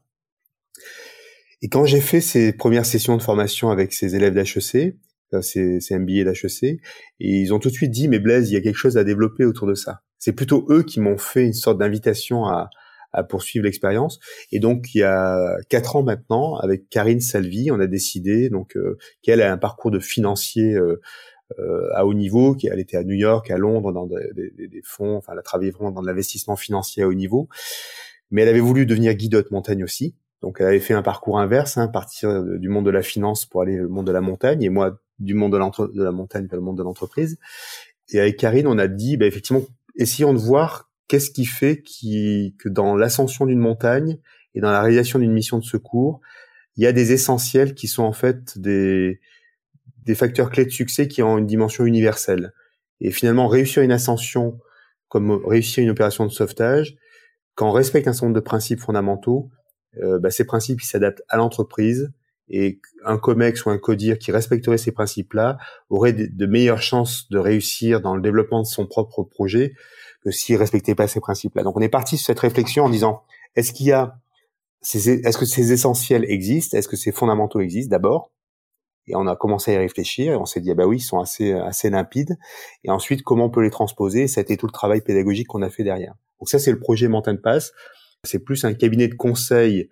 Et quand j'ai fait ces premières sessions de formation avec ces élèves d'H E C, ces, ces M B A d'H E C, et ils ont tout de suite dit, mais Blaise, il y a quelque chose à développer autour de ça. C'est plutôt eux qui m'ont fait une sorte d'invitation à, à poursuivre l'expérience. Et donc, il y a quatre ans maintenant, avec Karine Salvi, on a décidé donc euh, qu'elle a un parcours de financier euh, euh, à haut niveau, qu'elle était à New York, à Londres, dans des, des, des fonds, enfin, elle a travaillé vraiment dans de l'investissement financier à haut niveau. Mais elle avait voulu devenir guide de haute montagne aussi. Donc, elle avait fait un parcours inverse, hein, partir du monde de la finance pour aller au monde de la montagne, et moi, du monde de, l'entre- de la montagne vers le monde de l'entreprise. Et avec Karine, on a dit, bah, effectivement, essayons de voir qu'est-ce qui fait qui, que dans l'ascension d'une montagne et dans la réalisation d'une mission de secours, il y a des essentiels qui sont en fait des, des facteurs clés de succès qui ont une dimension universelle. Et finalement, réussir une ascension comme réussir une opération de sauvetage, quand on respecte un certain nombre de principes fondamentaux, euh, bah, ces principes ils s'adaptent à l'entreprise, et un COMEX ou un CODIR qui respecterait ces principes-là aurait de, de meilleures chances de réussir dans le développement de son propre projet que s'il respectait pas ces principes-là. Donc on est parti sur cette réflexion en disant, est-ce qu'il y a ces, est-ce que ces essentiels existent, est-ce que ces fondamentaux existent d'abord? Et on a commencé à y réfléchir et on s'est dit, ah bah oui, ils sont assez, assez limpides. Et ensuite, comment on peut les transposer? Ça a été tout le travail pédagogique qu'on a fait derrière. Donc ça, c'est le projet Mountain Pass. C'est plus un cabinet de conseil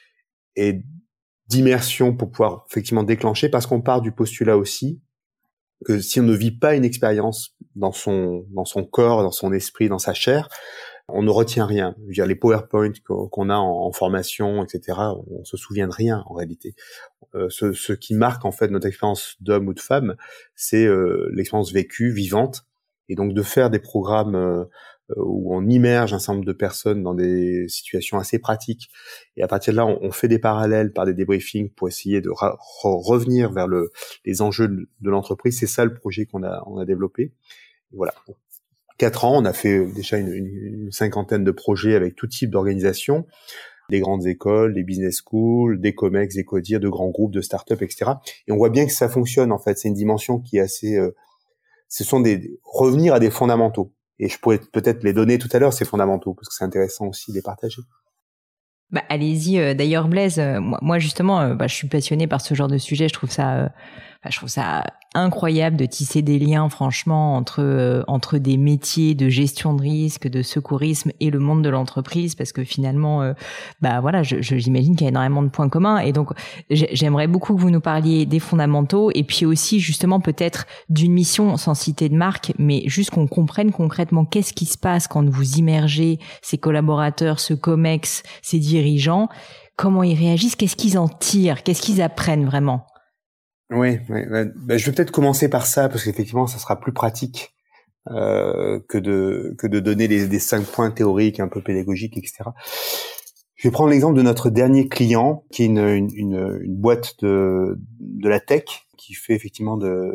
et d'immersion pour pouvoir effectivement déclencher, parce qu'on part du postulat aussi que si on ne vit pas une expérience dans son, dans son corps, dans son esprit, dans sa chair, on ne retient rien. Je veux dire, les PowerPoint qu'on a en, en formation, et cetera, on se souvient de rien en réalité. Euh, ce, ce qui marque en fait notre expérience d'homme ou de femme, c'est euh, l'expérience vécue, vivante, et donc de faire des programmes euh, où on immerge un certain nombre de personnes dans des situations assez pratiques, et à partir de là, on, on fait des parallèles par des débriefings pour essayer de ra- re- revenir vers le, les enjeux de, de l'entreprise. C'est ça le projet qu'on a, on a développé. Et voilà. Quatre ans, on a fait déjà une, une, une cinquantaine de projets avec tout type d'organisation, des grandes écoles, des business schools, des COMEX, des CODIR, de grands groupes, de start-up, et cetera. Et on voit bien que ça fonctionne, en fait. C'est une dimension qui est assez... Euh, ce sont des... revenir à des fondamentaux. Et je pourrais peut-être les donner tout à l'heure, ces fondamentaux, parce que c'est intéressant aussi de les partager. Bah, allez-y. Euh, d'ailleurs, Blaise, euh, moi, moi, justement, euh, bah, je suis passionnée par ce genre de sujet. Je trouve ça... Euh, bah, je trouve ça incroyable de tisser des liens, franchement, entre euh, entre des métiers de gestion de risque, de secourisme et le monde de l'entreprise, parce que finalement, euh, bah voilà, je, je, j'imagine qu'il y a énormément de points communs. Et donc, j'aimerais beaucoup que vous nous parliez des fondamentaux, et puis aussi justement peut-être d'une mission, sans citer de marque, mais juste qu'on comprenne concrètement qu'est-ce qui se passe quand vous immergez ces collaborateurs, ce COMEX, ces dirigeants, comment ils réagissent, qu'est-ce qu'ils en tirent, qu'est-ce qu'ils apprennent vraiment. Oui, oui, ben, je vais peut-être commencer par ça, parce qu'effectivement, ça sera plus pratique euh, que de que de donner les, des cinq points théoriques, un peu pédagogiques, et cetera. Je vais prendre l'exemple de notre dernier client, qui est une, une, une, une boîte de, de la tech, qui fait effectivement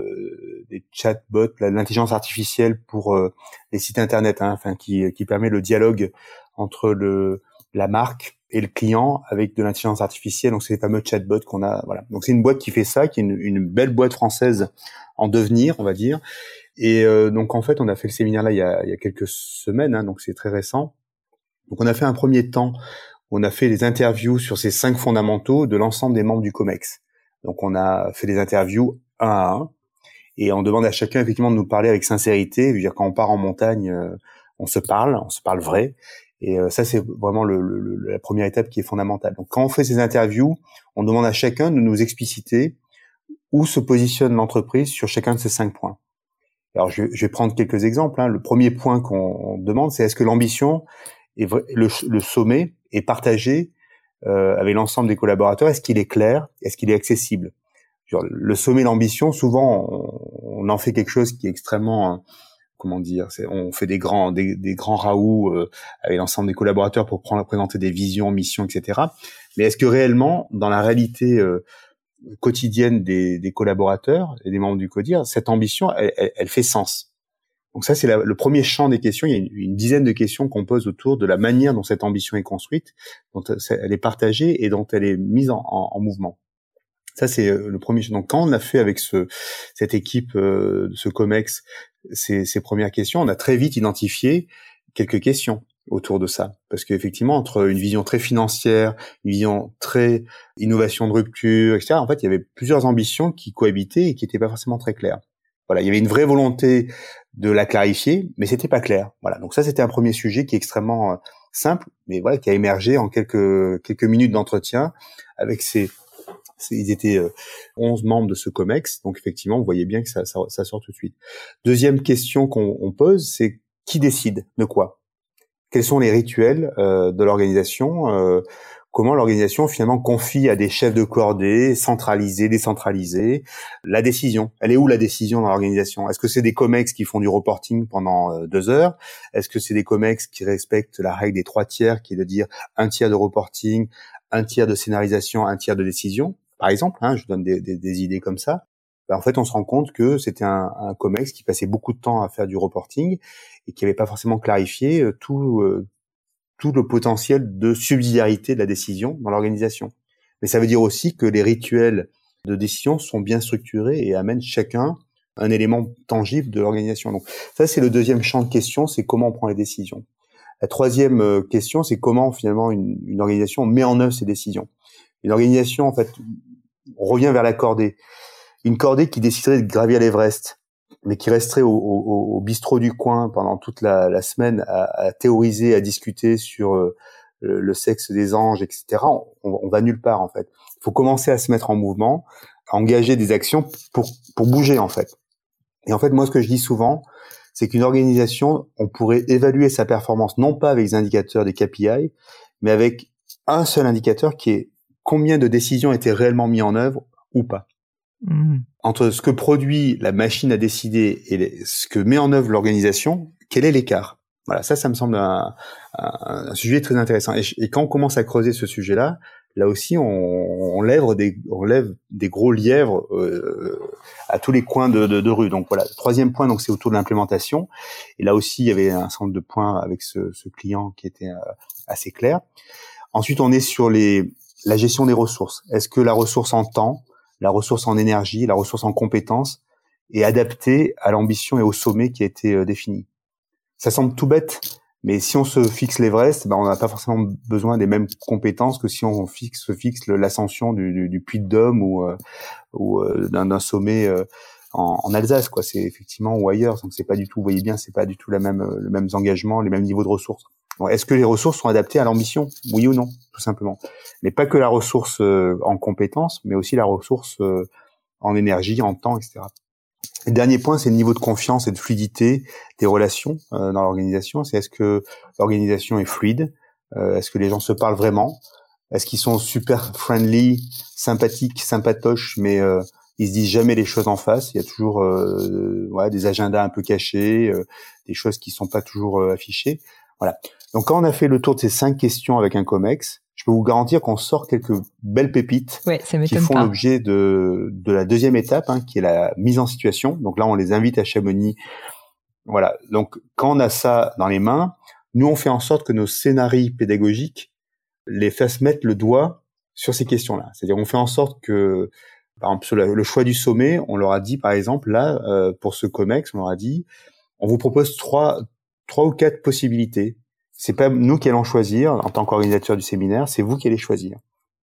de, des chatbots, de l'intelligence artificielle pour euh, les sites internet, hein, enfin qui, qui permet le dialogue entre le la marque et le client avec de l'intelligence artificielle. Donc c'est les fameux chatbots qu'on a. Voilà. Donc c'est une boîte qui fait ça, qui est une, une belle boîte française en devenir, on va dire. Et euh, donc en fait, on a fait le séminaire là il y a, il y a quelques semaines, hein, donc c'est très récent. Donc on a fait un premier temps. On a fait les interviews sur ces cinq fondamentaux de l'ensemble des membres du COMEX. Donc on a fait des interviews un à un, et on demande à chacun effectivement de nous parler avec sincérité. Je veux dire, quand on part en montagne, euh, on se parle, on se parle vrai. Et euh, ça, c'est vraiment le, le, la première étape qui est fondamentale. Donc quand on fait ces interviews, on demande à chacun de nous expliciter où se positionne l'entreprise sur chacun de ces cinq points. Alors je, je vais prendre quelques exemples, hein. Le premier point qu'on demande, c'est est-ce que l'ambition est vrai, le, le sommet est partagé euh, avec l'ensemble des collaborateurs? Est-ce qu'il est clair? Est-ce qu'il est accessible? Genre, le sommet d'ambition, souvent, on, on en fait quelque chose qui est extrêmement, euh, comment dire, c'est, on fait des grands, des, des grands raouts euh, avec l'ensemble des collaborateurs pour prendre, présenter des visions, missions, et cetera. Mais est-ce que réellement, dans la réalité euh, quotidienne des, des collaborateurs et des membres du CODIR, cette ambition, elle, elle, elle fait sens? Donc ça, c'est la, le premier champ des questions. Il y a une, une dizaine de questions qu'on pose autour de la manière dont cette ambition est construite, dont elle est partagée et dont elle est mise en, en, en mouvement. Ça, c'est le premier. Donc quand on a fait avec ce, cette équipe, euh, ce COMEX, ces, ces premières questions, on a très vite identifié quelques questions autour de ça. Parce qu'effectivement, entre une vision très financière, une vision très innovation de rupture, et cetera, en fait, il y avait plusieurs ambitions qui cohabitaient et qui n'étaient pas forcément très claires. Voilà, il y avait une vraie volonté de la clarifier, mais c'était pas clair. Voilà, donc ça c'était un premier sujet qui est extrêmement euh, simple, mais voilà, qui a émergé en quelques quelques minutes d'entretien avec ces, ces ils étaient euh, onze membres de ce COMEX, donc effectivement, vous voyez bien que ça ça, ça sort tout de suite. Deuxième question qu'on on pose, c'est qui décide de quoi? Quels sont les rituels euh, de l'organisation? euh, Comment l'organisation finalement confie à des chefs de cordée, centralisés, décentralisés, la décision. Elle est où la décision dans l'organisation? Est-ce que c'est des COMEX qui font du reporting pendant euh, deux heures? Est-ce que c'est des COMEX qui respectent la règle des trois tiers, qui est de dire un tiers de reporting, un tiers de scénarisation, un tiers de décision, par exemple, hein, je donne des, des, des idées comme ça. ben, en fait, on se rend compte que c'était un, un COMEX qui passait beaucoup de temps à faire du reporting et qui n'avait pas forcément clarifié euh, tout, euh, tout le potentiel de subsidiarité de la décision dans l'organisation. Mais ça veut dire aussi que les rituels de décision sont bien structurés et amènent chacun un élément tangible de l'organisation. Donc ça, c'est le deuxième champ de question, c'est comment on prend les décisions. La troisième euh, question, c'est comment finalement une, une organisation met en œuvre ses décisions. Une organisation, en fait, on revient vers la cordée. Une cordée qui déciderait de gravir l'Everest, mais qui resterait au, au, au bistrot du coin pendant toute la, la semaine à, à théoriser, à discuter sur euh, le, le sexe des anges, et cetera. On, on va nulle part, en fait. Il faut commencer à se mettre en mouvement, à engager des actions pour, pour bouger, en fait. Et en fait, moi, ce que je dis souvent, c'est qu'une organisation, on pourrait évaluer sa performance non pas avec des indicateurs des K P I, mais avec un seul indicateur qui est combien de décisions étaient réellement mises en œuvre ou pas. Mmh. Entre ce que produit la machine à décider et les, ce que met en œuvre l'organisation, quel est l'écart? Voilà, ça, ça me semble un, un, un sujet très intéressant. Et, et quand on commence à creuser ce sujet-là, là aussi, on, on, lève, des, on lève des gros lièvres euh, à tous les coins de, de, de rue. Donc voilà, le troisième point, donc c'est autour de l'implémentation. Et là aussi, il y avait un certain nombre de points avec ce, ce client qui était euh, assez clair. Ensuite, on est sur les, la gestion des ressources. Est-ce que la ressource en temps, la ressource en énergie, la ressource en compétences est adaptée à l'ambition et au sommet qui a été euh, défini? Ça semble tout bête, mais si on se fixe l'Everest, ben on n'a pas forcément besoin des mêmes compétences que si on fixe, fixe l'ascension du, du, du Puy de Dôme ou, euh, ou euh, d'un, d'un sommet euh, en, en Alsace, quoi. C'est effectivement ou ailleurs, donc c'est pas du tout. Vous voyez bien, c'est pas du tout la même, le même engagement, les mêmes niveaux de ressources. Donc, est-ce que les ressources sont adaptées à l'ambition? Oui ou non, tout simplement. Mais pas que la ressource euh, en compétences, mais aussi la ressource euh, en énergie, en temps, et cetera. Le dernier point, c'est le niveau de confiance et de fluidité des relations euh, dans l'organisation. C'est est-ce que l'organisation est fluide? euh, Est-ce que les gens se parlent vraiment? Est-ce qu'ils sont super friendly, sympathiques, sympatoches, mais euh, ils se disent jamais les choses en face? Il y a toujours euh, ouais, des agendas un peu cachés, euh, des choses qui sont pas toujours euh, affichées. Voilà. Donc, quand on a fait le tour de ces cinq questions avec un COMEX, je peux vous garantir qu'on sort quelques belles pépites ouais, ça qui font pas. l'objet de, de la deuxième étape, hein, qui est la mise en situation. Donc là, on les invite à Chamonix. Voilà. Donc, quand on a ça dans les mains, nous, on fait en sorte que nos scénarios pédagogiques les fassent mettre le doigt sur ces questions-là. C'est-à-dire, on fait en sorte que, par exemple, sur le choix du sommet, on leur a dit, par exemple, là, euh, pour ce COMEX, on leur a dit, on vous propose trois, trois ou quatre possibilités. C'est pas nous qui allons choisir en tant qu'organisateur du séminaire, c'est vous qui allez choisir.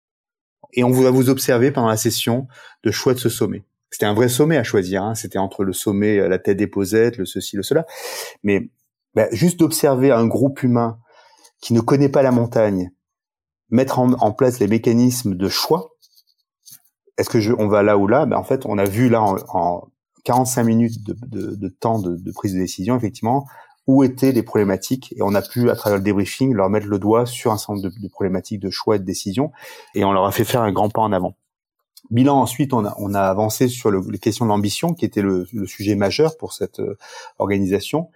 Et on va vous observer pendant la session de choix de ce sommet. C'était un vrai sommet à choisir, hein. C'était entre le sommet, la tête des posettes, le ceci, le cela. Mais bah, juste d'observer un groupe humain qui ne connaît pas la montagne, mettre en, en place les mécanismes de choix. Est-ce que je, on va là ou là? Bah, en fait, on a vu là en, en quarante-cinq minutes de, de, de temps de, de prise de décision, effectivement, où étaient les problématiques, et on a pu, à travers le débriefing, leur mettre le doigt sur un certain nombre de, de problématiques de choix et de décision, et on leur a fait faire un grand pas en avant. Bilan, ensuite, on a, on a avancé sur le, les questions de l'ambition, qui était le, le sujet majeur pour cette euh, organisation.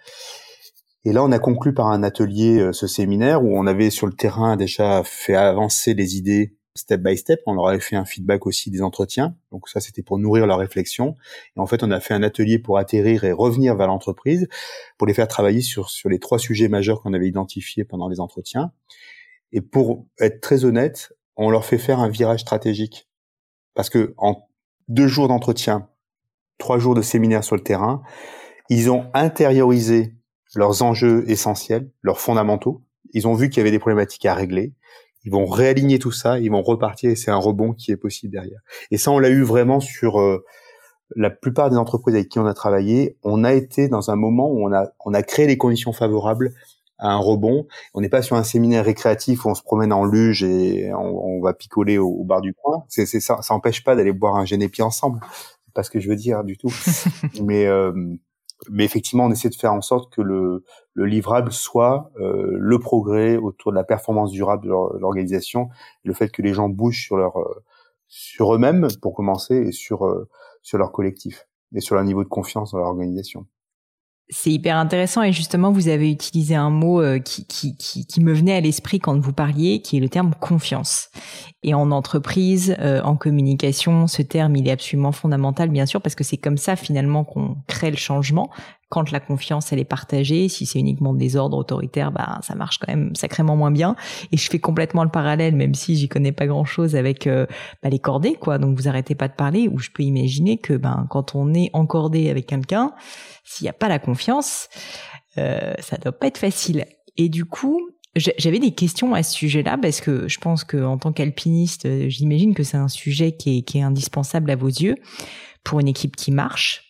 Et là, on a conclu par un atelier, euh, ce séminaire, où on avait sur le terrain déjà fait avancer les idées step by step. On leur avait fait un feedback aussi des entretiens. Donc ça, c'était pour nourrir leur réflexion. Et en fait, on a fait un atelier pour atterrir et revenir vers l'entreprise, pour les faire travailler sur, sur les trois sujets majeurs qu'on avait identifiés pendant les entretiens. Et pour être très honnête, on leur fait faire un virage stratégique. Parce que en deux jours d'entretien, trois jours de séminaire sur le terrain, ils ont intériorisé leurs enjeux essentiels, leurs fondamentaux. Ils ont vu qu'il y avait des problématiques à régler. Ils vont réaligner tout ça, ils vont repartir et c'est un rebond qui est possible derrière. Et ça, on l'a eu vraiment sur euh, la plupart des entreprises avec qui on a travaillé. On a été dans un moment où on a, on a créé les conditions favorables à un rebond. On n'est pas sur un séminaire récréatif où on se promène en luge et on, on va picoler au, au bar du coin. C'est, c'est ça, ça empêche pas d'aller boire un génépi ensemble. C'est pas ce que je veux dire du tout. Mais euh, Mais effectivement, on essaie de faire en sorte que le, le livrable soit euh, le progrès autour de la performance durable de l'organisation, le fait que les gens bougent sur leur euh, sur eux-mêmes pour commencer et sur euh, sur leur collectif et sur leur niveau de confiance dans leur organisation. C'est hyper intéressant et justement vous avez utilisé un mot euh, qui, qui, qui, qui me venait à l'esprit quand vous parliez, qui est le terme confiance. Et en entreprise, euh, en communication, ce terme il est absolument fondamental bien sûr parce que c'est comme ça finalement qu'on crée le changement. Quand la confiance elle est partagée, si c'est uniquement des ordres autoritaires, bah ça marche quand même sacrément moins bien. Et je fais complètement le parallèle, même si j'y connais pas grand chose avec euh, bah, les cordées quoi. Donc vous arrêtez pas de parler. Ou je peux imaginer que ben quand on est encordé avec quelqu'un, s'il y a pas la confiance, euh, ça doit pas être facile. Et du coup, j'avais des questions à ce sujet-là parce que je pense que en tant qu'alpiniste, j'imagine que c'est un sujet qui est, qui est indispensable à vos yeux pour une équipe qui marche.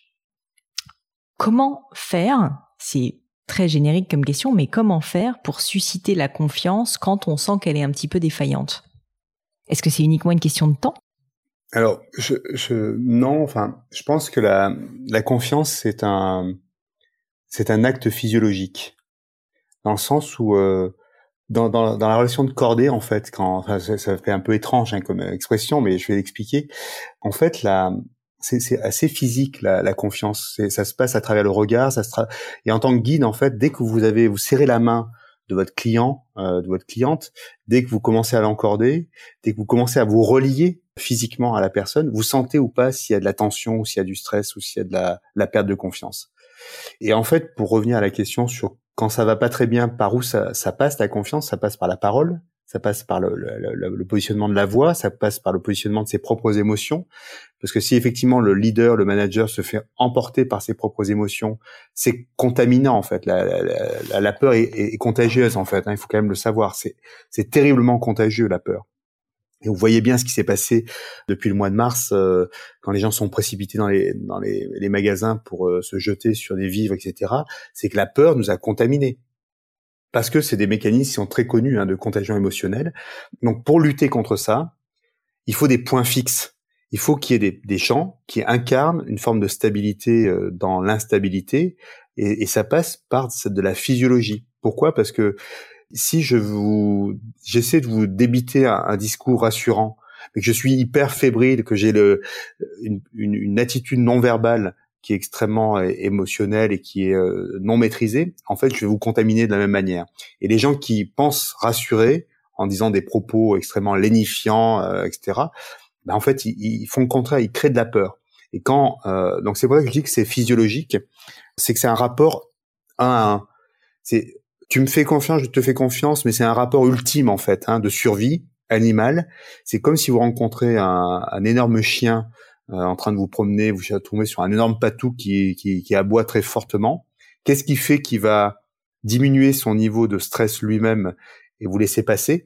Comment faire, c'est très générique comme question, mais comment faire pour susciter la confiance quand on sent qu'elle est un petit peu défaillante? Est-ce que c'est uniquement une question de temps? Alors, je, je, non, enfin, je pense que la, la confiance, c'est un, c'est un acte physiologique. Dans le sens où, euh, dans, dans, dans la relation de cordée, en fait, quand, enfin, ça, ça fait un peu étrange, hein, comme expression, mais je vais l'expliquer. En fait, la, c'est, c'est assez physique, la, la confiance. C'est, ça se passe à travers le regard, ça se tra... et en tant que guide, en fait, dès que vous avez, vous serrez la main de votre client, euh, de votre cliente, dès que vous commencez à l'encorder, dès que vous commencez à vous relier physiquement à la personne, vous sentez ou pas s'il y a de la tension, ou s'il y a du stress, ou s'il y a de la, la perte de confiance. Et en fait, pour revenir à la question sur quand ça va pas très bien, par où ça, ça passe la confiance, ça passe par la parole, ça passe par le, le, le, le positionnement de la voix, ça passe par le positionnement de ses propres émotions. Parce que si effectivement le leader, le manager se fait emporter par ses propres émotions, c'est contaminant en fait. La, la, la, la peur est, est, est contagieuse en fait. Hein, il faut quand même le savoir. C'est, c'est terriblement contagieux la peur. Et vous voyez bien ce qui s'est passé depuis le mois de mars, euh, quand les gens sont précipités dans les dans les, les magasins pour euh, se jeter sur des vivres, et cetera. C'est que la peur nous a contaminés. Parce que c'est des mécanismes qui sont très connus hein, de contagion émotionnelle. Donc pour lutter contre ça, il faut des points fixes. Il faut qu'il y ait des, des champs qui incarnent une forme de stabilité euh, dans l'instabilité, et, et ça passe par de la physiologie. Pourquoi ? Parce que si je vous, j'essaie de vous débiter un, un discours rassurant, mais que je suis hyper fébrile, que j'ai le, une, une, une attitude non verbale qui est extrêmement émotionnelle et qui est euh, non maîtrisée, en fait, je vais vous contaminer de la même manière. Et les gens qui pensent rassurer en disant des propos extrêmement lénifiants, euh, et cetera, ben en fait, ils, ils font le contraire, ils créent de la peur. Et quand, euh, donc c'est pour ça que je dis que c'est physiologique, c'est que c'est un rapport un à un. C'est tu me fais confiance, je te fais confiance, mais c'est un rapport ultime en fait, hein, de survie animale. C'est comme si vous rencontrez un, un énorme chien euh, en train de vous promener, vous tombez sur un énorme patou qui, qui, qui aboie très fortement. Qu'est-ce qui fait qu'il va diminuer son niveau de stress lui-même et vous laisser passer?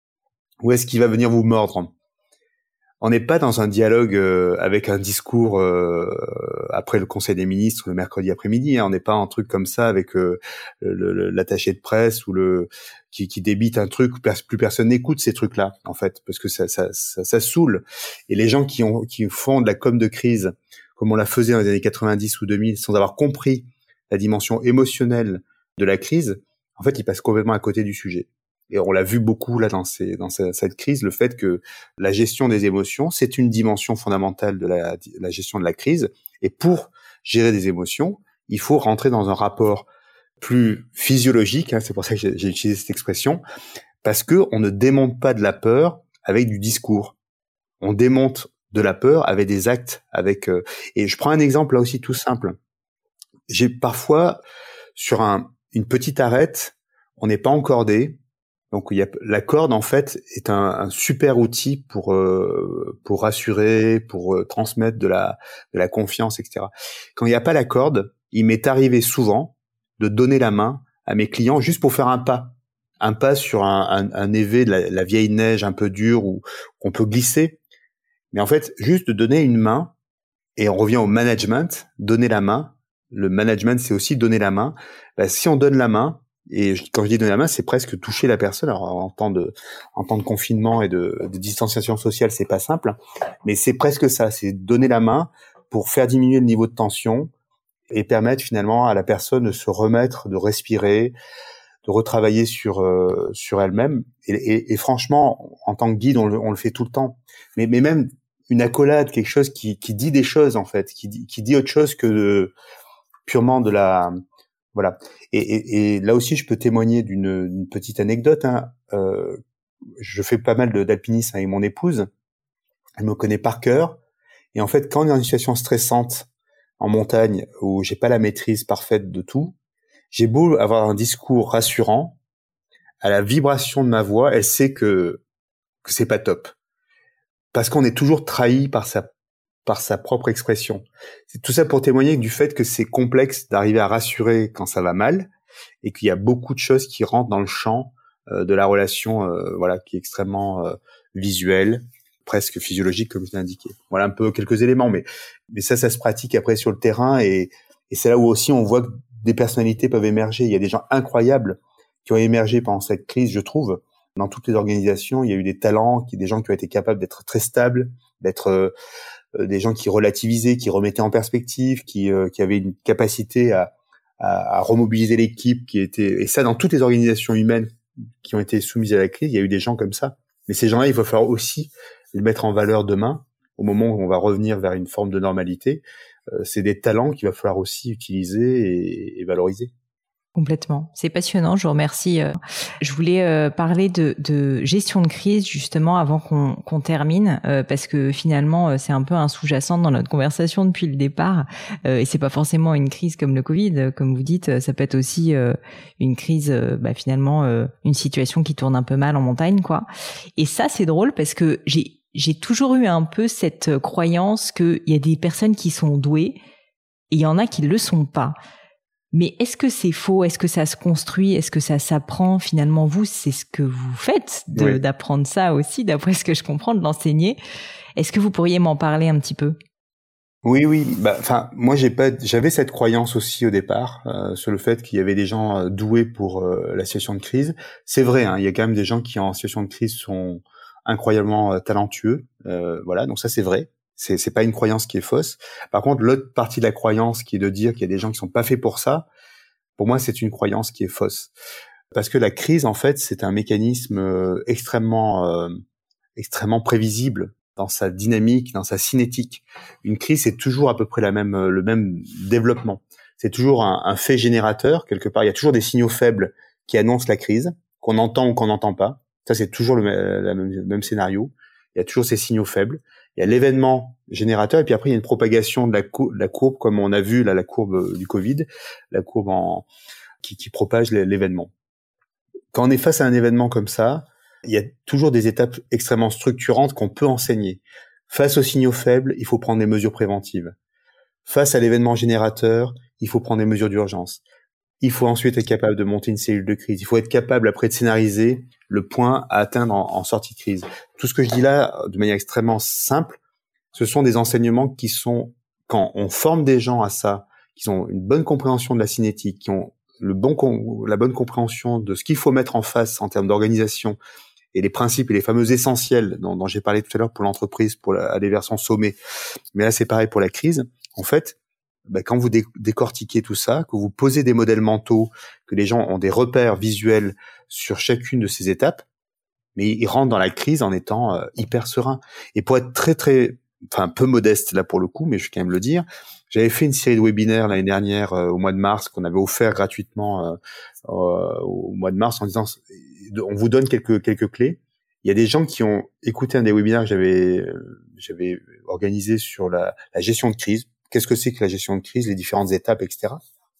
Ou est-ce qu'il va venir vous mordre? On n'est pas dans un dialogue euh, avec un discours euh, après le Conseil des ministres le mercredi après-midi. Hein. On n'est pas un truc comme ça avec euh, le, le, l'attaché de presse ou le qui, qui débite un truc. Plus personne n'écoute ces trucs-là, en fait, parce que ça, ça, ça, ça saoule. Et les gens qui, ont, qui font de la com de crise, comme on la faisait dans les années quatre-vingt-dix ou deux mille, sans avoir compris la dimension émotionnelle de la crise, en fait, ils passent complètement à côté du sujet. Et on l'a vu beaucoup là dans, ces, dans cette crise, le fait que la gestion des émotions, c'est une dimension fondamentale de la, la gestion de la crise. Et pour gérer des émotions, il faut rentrer dans un rapport plus physiologique. Hein, c'est pour ça que j'ai, j'ai utilisé cette expression, parce que on ne démonte pas de la peur avec du discours. On démonte de la peur avec des actes. Avec euh, et je prends un exemple là aussi tout simple. J'ai parfois sur un, une petite arête, on n'est pas encordé. Donc il y a, la corde en fait est un, un super outil pour euh, pour rassurer, pour euh, transmettre de la de la confiance, et cetera. Quand il n'y a pas la corde, il m'est arrivé souvent de donner la main à mes clients juste pour faire un pas, un pas sur un, un, un évé de la, la vieille neige un peu dure où qu'on peut glisser. Mais en fait, juste de donner une main, et on revient au management, donner la main. Le management, c'est aussi donner la main. Ben, si on donne la main, et quand je dis donner la main, c'est presque toucher la personne. Alors en temps de, en temps de confinement et de, de distanciation sociale, c'est pas simple, mais c'est presque ça. C'est donner la main pour faire diminuer le niveau de tension et permettre finalement à la personne de se remettre, de respirer, de retravailler sur euh, sur elle-même. Et, et, et franchement, en tant que guide, on le, on le fait tout le temps. Mais, mais même une accolade, quelque chose qui, qui dit des choses en fait, qui dit, qui dit autre chose que de, purement de la Voilà. Et, et, et là aussi, je peux témoigner d'une, d'une petite anecdote. Hein. Euh, je fais pas mal de, d'alpinisme avec mon épouse. Elle me connaît par cœur. Et en fait, quand on est dans une situation stressante en montagne où j'ai pas la maîtrise parfaite de tout, j'ai beau avoir un discours rassurant, à la vibration de ma voix, elle sait que que c'est pas top. Parce qu'on est toujours trahi par sa par sa propre expression. C'est tout ça pour témoigner du fait que c'est complexe d'arriver à rassurer quand ça va mal et qu'il y a beaucoup de choses qui rentrent dans le champ euh, de la relation, euh, voilà, qui est extrêmement euh, visuelle, presque physiologique comme je l'ai indiqué. Voilà un peu quelques éléments, mais mais ça, ça se pratique après sur le terrain et et c'est là où aussi on voit que des personnalités peuvent émerger. Il y a des gens incroyables qui ont émergé pendant cette crise, je trouve. Dans toutes les organisations, il y a eu des talents, qui, des gens qui ont été capables d'être très stables, d'être euh, des gens qui relativisaient, qui remettaient en perspective, qui, euh, qui avaient une capacité à, à, à remobiliser l'équipe, qui était, et ça dans toutes les organisations humaines qui ont été soumises à la crise, il y a eu des gens comme ça. Mais ces gens-là, il va falloir aussi les mettre en valeur demain, au moment où on va revenir vers une forme de normalité. Euh, c'est des talents qu'il va falloir aussi utiliser et, et valoriser. Complètement. C'est passionnant. Je vous remercie. Je voulais euh, parler de, de gestion de crise justement avant qu'on, qu'on termine, euh, parce que finalement euh, c'est un peu un sous-jacent dans notre conversation depuis le départ. Euh, et c'est pas forcément une crise comme le Covid, comme vous dites. Ça peut être aussi euh, une crise, euh, bah, finalement, euh, une situation qui tourne un peu mal en montagne, quoi. Et ça, c'est drôle parce que j'ai j'ai toujours eu un peu cette croyance qu'il y a des personnes qui sont douées et il y en a qui le sont pas. Mais est-ce que c'est faux? Est-ce que ça se construit? Est-ce que ça s'apprend? Finalement, vous, c'est ce que vous faites, de, oui. d'apprendre ça aussi, d'après ce que je comprends, de l'enseigner. Est-ce que vous pourriez m'en parler un petit peu? Oui, oui. Bah, enfin, moi, j'ai pas, j'avais cette croyance aussi au départ euh, sur le fait qu'il y avait des gens euh, doués pour euh, la situation de crise. C'est vrai, hein, il y a quand même des gens qui en situation de crise sont incroyablement euh, talentueux. Euh, voilà, donc ça, c'est vrai. C'est, c'est pas une croyance qui est fausse. Par contre, l'autre partie de la croyance qui est de dire qu'il y a des gens qui sont pas faits pour ça, pour moi, c'est une croyance qui est fausse. Parce que la crise, en fait, c'est un mécanisme euh, extrêmement, euh, extrêmement prévisible dans sa dynamique, dans sa cinétique. Une crise, c'est toujours à peu près la même, le même développement. C'est toujours un, un fait générateur, quelque part. Il y a toujours des signaux faibles qui annoncent la crise, qu'on entend ou qu'on n'entend pas. Ça, c'est toujours le, le, même, le même scénario. Il y a toujours ces signaux faibles. Il y a l'événement générateur, et puis après, il y a une propagation de la, cou- de la courbe, comme on a vu, là, la courbe du Covid, la courbe en, qui, qui propage l'événement. Quand on est face à un événement comme ça, il y a toujours des étapes extrêmement structurantes qu'on peut enseigner. Face aux signaux faibles, il faut prendre des mesures préventives. Face à l'événement générateur, il faut prendre des mesures d'urgence. Il faut ensuite être capable de monter une cellule de crise. Il faut être capable après de scénariser le point à atteindre en, en sortie de crise. Tout ce que je dis là, de manière extrêmement simple, ce sont des enseignements qui sont, quand on forme des gens à ça, qui ont une bonne compréhension de la cinétique, qui ont le bon, la bonne compréhension de ce qu'il faut mettre en face en termes d'organisation et les principes et les fameux essentiels dont, dont j'ai parlé tout à l'heure pour l'entreprise, pour la, aller vers son sommet. Mais là, c'est pareil pour la crise. En fait, bah, quand vous dé- décortiquez tout ça, que vous posez des modèles mentaux, que les gens ont des repères visuels sur chacune de ces étapes, mais ils rentrent dans la crise en étant euh, hyper sereins. Et pour être très, très, enfin, peu modeste là pour le coup, mais je vais quand même le dire, j'avais fait une série de webinaires l'année dernière euh, au mois de mars qu'on avait offert gratuitement euh, euh, au mois de mars en disant on vous donne quelques quelques clés. Il y a des gens qui ont écouté un des webinaires que j'avais euh, j'avais organisé sur la, la gestion de crise. Qu'est-ce que c'est que la gestion de crise, les différentes étapes, et cetera.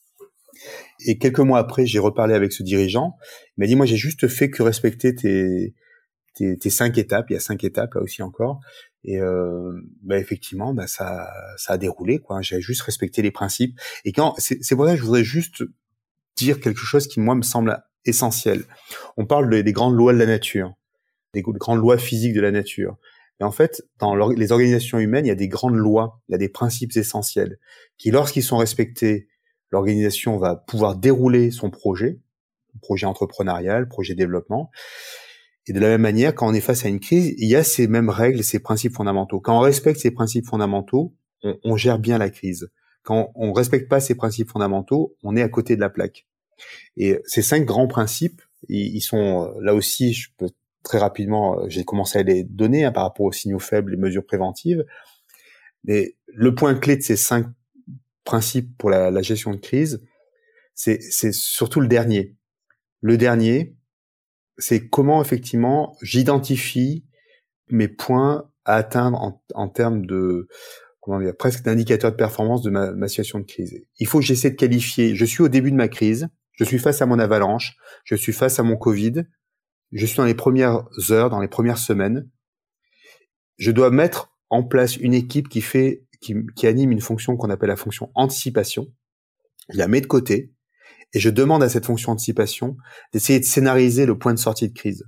Et quelques mois après, j'ai reparlé avec ce dirigeant. Il m'a dit, moi, j'ai juste fait que respecter tes, tes, tes cinq étapes. Il y a cinq étapes, là aussi encore. Et euh, bah, effectivement, bah, ça, ça a déroulé, quoi. J'ai juste respecté les principes. Et quand, c'est, c'est pour ça que je voudrais juste dire quelque chose qui, moi, me semble essentiel. On parle des, des grandes lois de la nature, des grandes lois physiques de la nature. Et en fait, dans les organisations humaines, il y a des grandes lois, il y a des principes essentiels qui, lorsqu'ils sont respectés, l'organisation va pouvoir dérouler son projet, projet entrepreneurial, projet développement. Et de la même manière, quand on est face à une crise, il y a ces mêmes règles, ces principes fondamentaux. Quand on respecte ces principes fondamentaux, on, on gère bien la crise. Quand on ne respecte pas ces principes fondamentaux, on est à côté de la plaque. Et ces cinq grands principes, ils, ils sont là aussi, je peux très rapidement, j'ai commencé à les donner hein, par rapport aux signaux faibles, les mesures préventives. Mais le point clé de ces cinq principes pour la, la gestion de crise, c'est, c'est surtout le dernier. Le dernier, c'est comment effectivement j'identifie mes points à atteindre en, en termes de, comment dire, presque d'indicateur de performance de ma, ma situation de crise. Il faut que j'essaie de qualifier. Je suis au début de ma crise, je suis face à mon avalanche, je suis face à mon Covid, je suis dans les premières heures, dans les premières semaines. Je dois mettre en place une équipe qui fait, qui, qui anime une fonction qu'on appelle la fonction anticipation. Je la mets de côté et je demande à cette fonction anticipation d'essayer de scénariser le point de sortie de crise.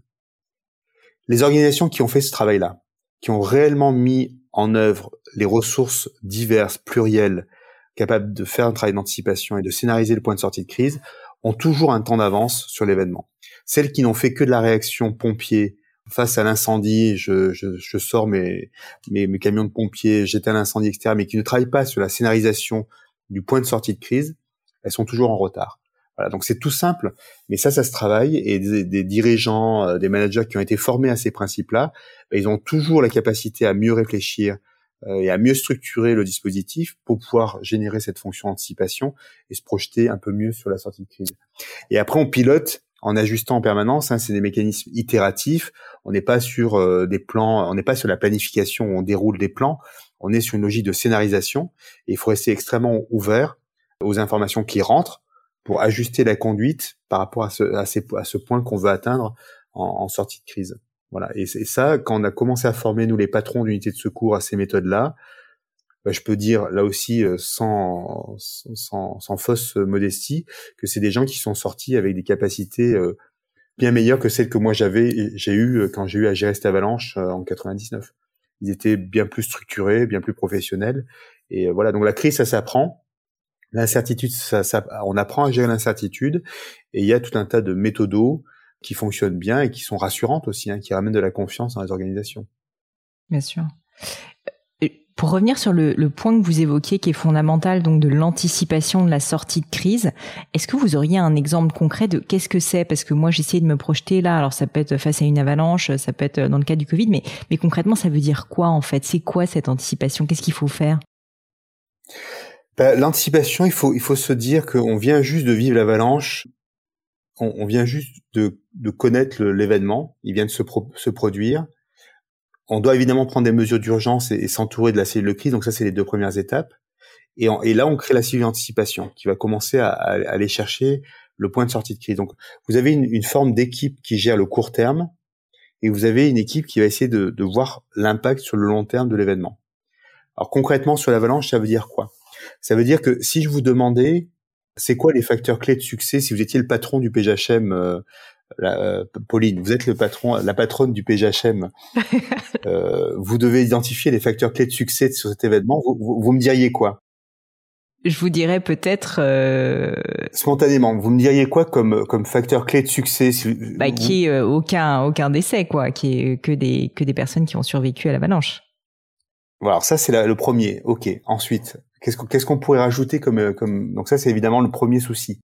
Les organisations qui ont fait ce travail-là, qui ont réellement mis en œuvre les ressources diverses, plurielles, capables de faire un travail d'anticipation et de scénariser le point de sortie de crise, ont toujours un temps d'avance sur l'événement. Celles qui n'ont fait que de la réaction pompier face à l'incendie, je, je, je sors mes, mes, mes camions de pompiers, j'éteins l'incendie, et cetera, mais qui ne travaillent pas sur la scénarisation du point de sortie de crise, elles sont toujours en retard. Voilà, donc c'est tout simple, mais ça, ça se travaille, et des, des dirigeants, des managers qui ont été formés à ces principes-là, ben, ils ont toujours la capacité à mieux réfléchir euh, et à mieux structurer le dispositif pour pouvoir générer cette fonction d'anticipation et se projeter un peu mieux sur la sortie de crise. Et après, on pilote en ajustant en permanence, hein, c'est des mécanismes itératifs. On n'est pas sur euh, des plans, on n'est pas sur la planification où on déroule des plans. On est sur une logique de scénarisation et il faut rester extrêmement ouvert aux informations qui rentrent pour ajuster la conduite par rapport à ce, à ces, à ce point qu'on veut atteindre en, en sortie de crise. Voilà. Et c'est ça, quand on a commencé à former nous les patrons d'unités de secours à ces méthodes-là, bah, je peux dire là aussi sans, sans, sans fausse modestie que c'est des gens qui sont sortis avec des capacités euh, bien meilleures que celles que moi j'avais, j'ai eu quand j'ai eu à gérer cette avalanche euh, en quatre-vingt-dix-neuf. Ils étaient bien plus structurés, bien plus professionnels. Et euh, voilà. Donc la crise, ça s'apprend. L'incertitude, ça, ça, on apprend à gérer l'incertitude. Et il y a tout un tas de méthodos qui fonctionnent bien et qui sont rassurantes aussi, hein, qui ramènent de la confiance dans les organisations. Bien sûr. Pour revenir sur le, le point que vous évoquiez, qui est fondamental, donc de l'anticipation de la sortie de crise, est-ce que vous auriez un exemple concret de qu'est-ce que c'est ? Parce que moi, j'essaie de me projeter là. Alors, ça peut être face à une avalanche, ça peut être dans le cas du Covid, mais, mais concrètement, ça veut dire quoi en fait ? C'est quoi cette anticipation ? Qu'est-ce qu'il faut faire ? Ben, l'anticipation, il faut, il faut se dire qu'on vient juste de vivre l'avalanche. On, on vient juste de, de connaître le, l'événement. Il vient de se, pro, se produire. On doit évidemment prendre des mesures d'urgence et, et s'entourer de la cellule de crise. Donc ça, c'est les deux premières étapes. Et, en, et là, on crée la cellule d'anticipation qui va commencer à, à, à aller chercher le point de sortie de crise. Donc, vous avez une, une forme d'équipe qui gère le court terme et vous avez une équipe qui va essayer de, de voir l'impact sur le long terme de l'événement. Alors concrètement, sur l'avalanche, ça veut dire quoi ? Ça veut dire que si je vous demandais, c'est quoi les facteurs clés de succès si vous étiez le patron du P G H M, euh, la, euh, Pauline, vous êtes le patron, la patronne du P G H M, euh, vous devez identifier les facteurs clés de succès sur cet événement, vous, vous, vous me diriez quoi ? Je vous dirais peut-être... Euh... Spontanément, vous me diriez quoi comme, comme facteur clé de succès si vous... bah, qui est euh, aucun, aucun décès, quoi, qui est que des, que des personnes qui ont survécu à l'avalanche. Voilà, alors ça c'est la, le premier, ok. Ensuite, qu'est-ce qu'on, qu'est-ce qu'on pourrait rajouter comme, comme... Donc ça c'est évidemment le premier souci.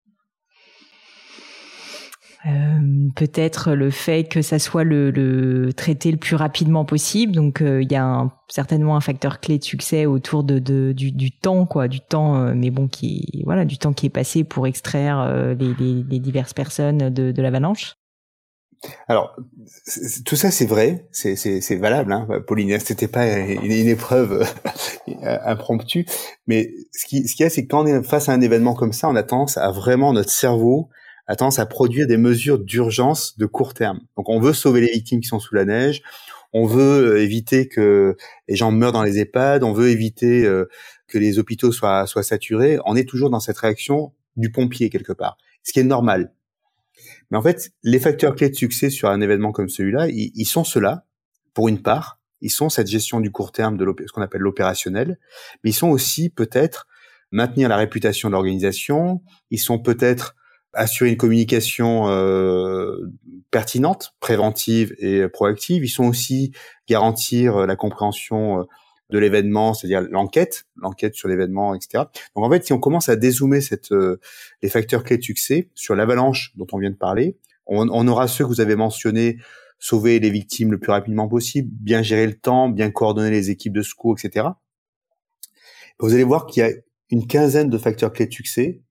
Euh, peut-être le fait que ça soit le, le traité le plus rapidement possible. Donc il euh, y a un, certainement un facteur clé de succès autour de, de du, du temps, quoi, du temps, euh, mais bon, qui voilà, du temps qui est passé pour extraire euh, les, les, les diverses personnes de, de l'avalanche. Alors tout ça c'est vrai, c'est, c'est, c'est valable, hein, Pauline. C'était pas une, une épreuve impromptue, mais ce qui, ce qu'il y a, c'est que quand on est face à un événement comme ça, on a tendance à vraiment notre cerveau a tendance à produire des mesures d'urgence de court terme. Donc on veut sauver les victimes qui sont sous la neige, on veut éviter que les gens meurent dans les EHPAD, on veut éviter euh, que les hôpitaux soient, soient saturés. On est toujours dans cette réaction du pompier quelque part, ce qui est normal. Mais en fait, les facteurs clés de succès sur un événement comme celui-là, ils, ils sont ceux-là, pour une part, ils sont cette gestion du court terme de ce qu'on appelle l'opérationnel, mais ils sont aussi peut-être maintenir la réputation de l'organisation, ils sont peut-être assurer une communication euh, pertinente, préventive et proactive. Ils sont aussi garantir la compréhension de l'événement, c'est-à-dire l'enquête, l'enquête sur l'événement, et cetera. Donc en fait, si on commence à dézoomer cette, euh, les facteurs clés de succès sur l'avalanche dont on vient de parler, on, on aura ceux que vous avez mentionnés, sauver les victimes le plus rapidement possible, bien gérer le temps, bien coordonner les équipes de secours, et cetera. Vous allez voir qu'il y a une quinzaine de facteurs clés de succès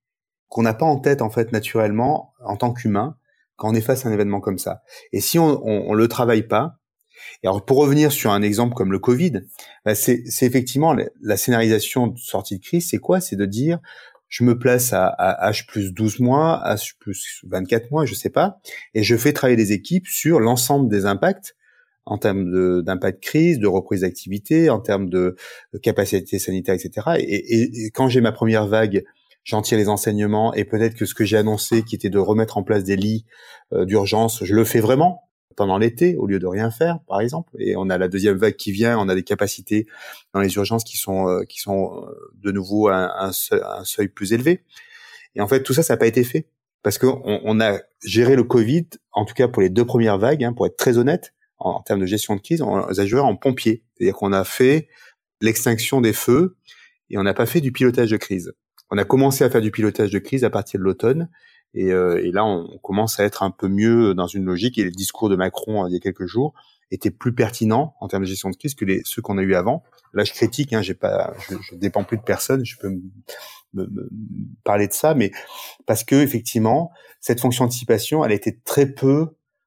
qu'on n'a pas en tête en fait naturellement en tant qu'humain quand on est face à un événement comme ça. Et si on, on, on le travaille pas, et alors pour revenir sur un exemple comme le Covid, bah c'est, c'est effectivement la, la scénarisation de sortie de crise. C'est quoi? C'est de dire je me place à, à H plus douze mois, H plus vingt-quatre mois, je sais pas, et je fais travailler des équipes sur l'ensemble des impacts en termes de, d'impact crise, de reprise d'activité, en termes de, de capacité sanitaire, et cetera. Et, et, et quand j'ai ma première vague, j'en tire les enseignements et peut-être que ce que j'ai annoncé, qui était de remettre en place des lits euh, d'urgence, je le fais vraiment pendant l'été au lieu de rien faire, par exemple. Et on a la deuxième vague qui vient, on a des capacités dans les urgences qui sont euh, qui sont de nouveau à un, un, seuil, un seuil plus élevé. Et en fait, tout ça, ça n'a pas été fait parce que on, on a géré le Covid, en tout cas pour les deux premières vagues, hein, pour être très honnête, en, en termes de gestion de crise, on les a gérés en pompier, c'est-à-dire qu'on a fait l'extinction des feux et on n'a pas fait du pilotage de crise. On a commencé à faire du pilotage de crise à partir de l'automne. Et, euh, et là, on commence à être un peu mieux dans une logique. Et le discours de Macron, il y a quelques jours, était plus pertinent en termes de gestion de crise que les, ceux qu'on a eu avant. Là, je critique, hein, j'ai pas, je, je dépends plus de personne, je peux me, me, me parler de ça, mais parce que effectivement, cette fonction d'anticipation, elle a été très peu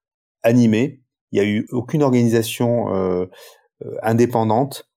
animée. Il y a eu aucune organisation euh, indépendante,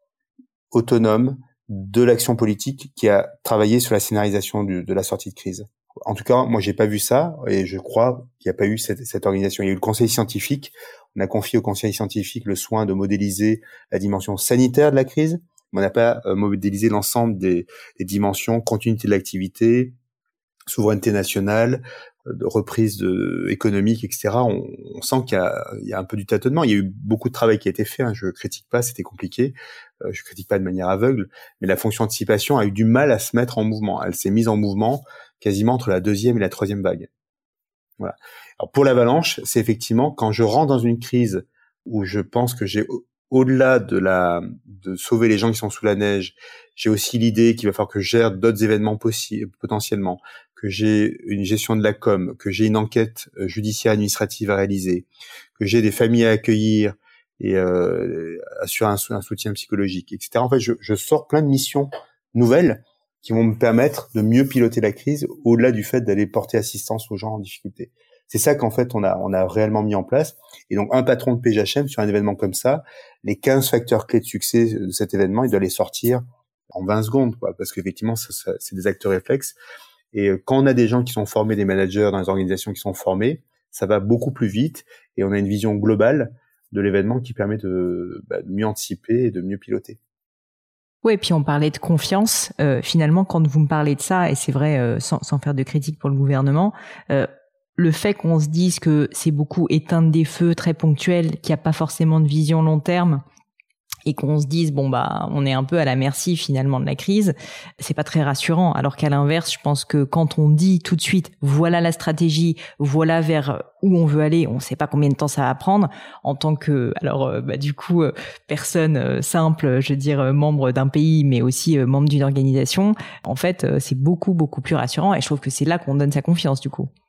autonome de l'action politique qui a travaillé sur la scénarisation du, de la sortie de crise. En tout cas, moi, j'ai pas vu ça et je crois qu'il n'y a pas eu cette, cette organisation. Il y a eu le conseil scientifique. On a confié au conseil scientifique le soin de modéliser la dimension sanitaire de la crise, mais on n'a pas euh, modélisé l'ensemble des, des dimensions, continuité de l'activité, souveraineté nationale, de reprise de, économique, et cetera. On, on sent qu'il y a, il y a un peu du tâtonnement. Il y a eu beaucoup de travail qui a été fait. Hein. Je critique pas, c'était compliqué. Euh, je critique pas de manière aveugle, mais la fonction anticipation a eu du mal à se mettre en mouvement. Elle s'est mise en mouvement quasiment entre la deuxième et la troisième vague. Voilà. Alors pour l'avalanche, c'est effectivement quand je rentre dans une crise où je pense que j'ai au-delà de la de sauver les gens qui sont sous la neige, j'ai aussi l'idée qu'il va falloir que je gère d'autres événements possibles potentiellement, que j'ai une gestion de la com, que j'ai une enquête judiciaire administrative à réaliser, que j'ai des familles à accueillir et euh, assurer un, un soutien psychologique, et cetera. En fait, je, je sors plein de missions nouvelles qui vont me permettre de mieux piloter la crise au-delà du fait d'aller porter assistance aux gens en difficulté. C'est ça qu'en fait on a on a réellement mis en place. Et donc un patron de P G H M sur un événement comme ça, les quinze facteurs clés de succès de cet événement, il doit les sortir en vingt secondes, quoi, parce qu'effectivement ça, ça, c'est des actes réflexes. Et quand on a des gens qui sont formés, des managers dans les organisations qui sont formés, ça va beaucoup plus vite et on a une vision globale de l'événement qui permet de, bah, de mieux anticiper et de mieux piloter. Oui, puis on parlait de confiance. Euh, finalement, quand vous me parlez de ça, et c'est vrai, euh, sans, sans faire de critique pour le gouvernement, euh, le fait qu'on se dise que c'est beaucoup éteindre des feux très ponctuels, qu'il n'y a pas forcément de vision long terme, et qu'on se dise bon bah on est un peu à la merci finalement de la crise, c'est pas très rassurant. Alors qu'à l'inverse, je pense que quand on dit tout de suite voilà la stratégie, voilà vers où on veut aller, on sait pas combien de temps ça va prendre en tant que alors bah du coup personne simple, je veux dire membre d'un pays mais aussi membre d'une organisation, en fait c'est beaucoup beaucoup plus rassurant et je trouve que c'est là qu'on donne sa confiance du coup.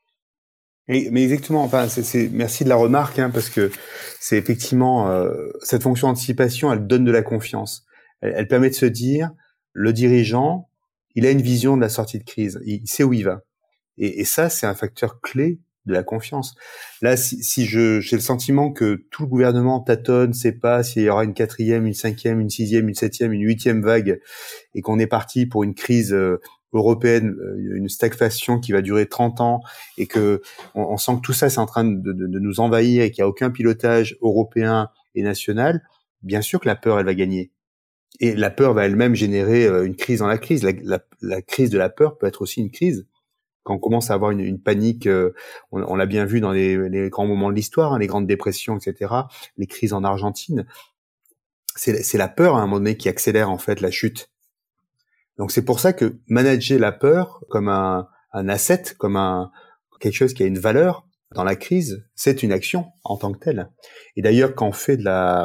Et, mais exactement, enfin, c'est, c'est, merci de la remarque, hein, parce que c'est effectivement euh, cette fonction d'anticipation, elle donne de la confiance. Elle, elle permet de se dire, le dirigeant, il a une vision de la sortie de crise, il, il sait où il va. Et, et ça, c'est un facteur clé de la confiance. Là, si, si je, j'ai le sentiment que tout le gouvernement tâtonne, sait pas s'il y aura une quatrième, une cinquième, une sixième, une septième, une huitième vague, et qu'on est parti pour une crise euh, européenne, une stagflation qui va durer trente ans et que on, on sent que tout ça c'est en train de, de, de nous envahir et qu'il n'y a aucun pilotage européen et national, bien sûr que la peur elle va gagner. Et la peur va elle-même générer une crise dans la crise. La, la, la crise de la peur peut être aussi une crise. Quand on commence à avoir une, une panique, euh, on, on l'a bien vu dans les, les grands moments de l'histoire, hein, les grandes dépressions, et cetera, les crises en Argentine, c'est, c'est la peur à un moment donné qui accélère en fait la chute. Donc c'est pour ça que manager la peur comme un, un asset, comme un quelque chose qui a une valeur dans la crise, c'est une action en tant que telle. Et d'ailleurs, quand on fait de la,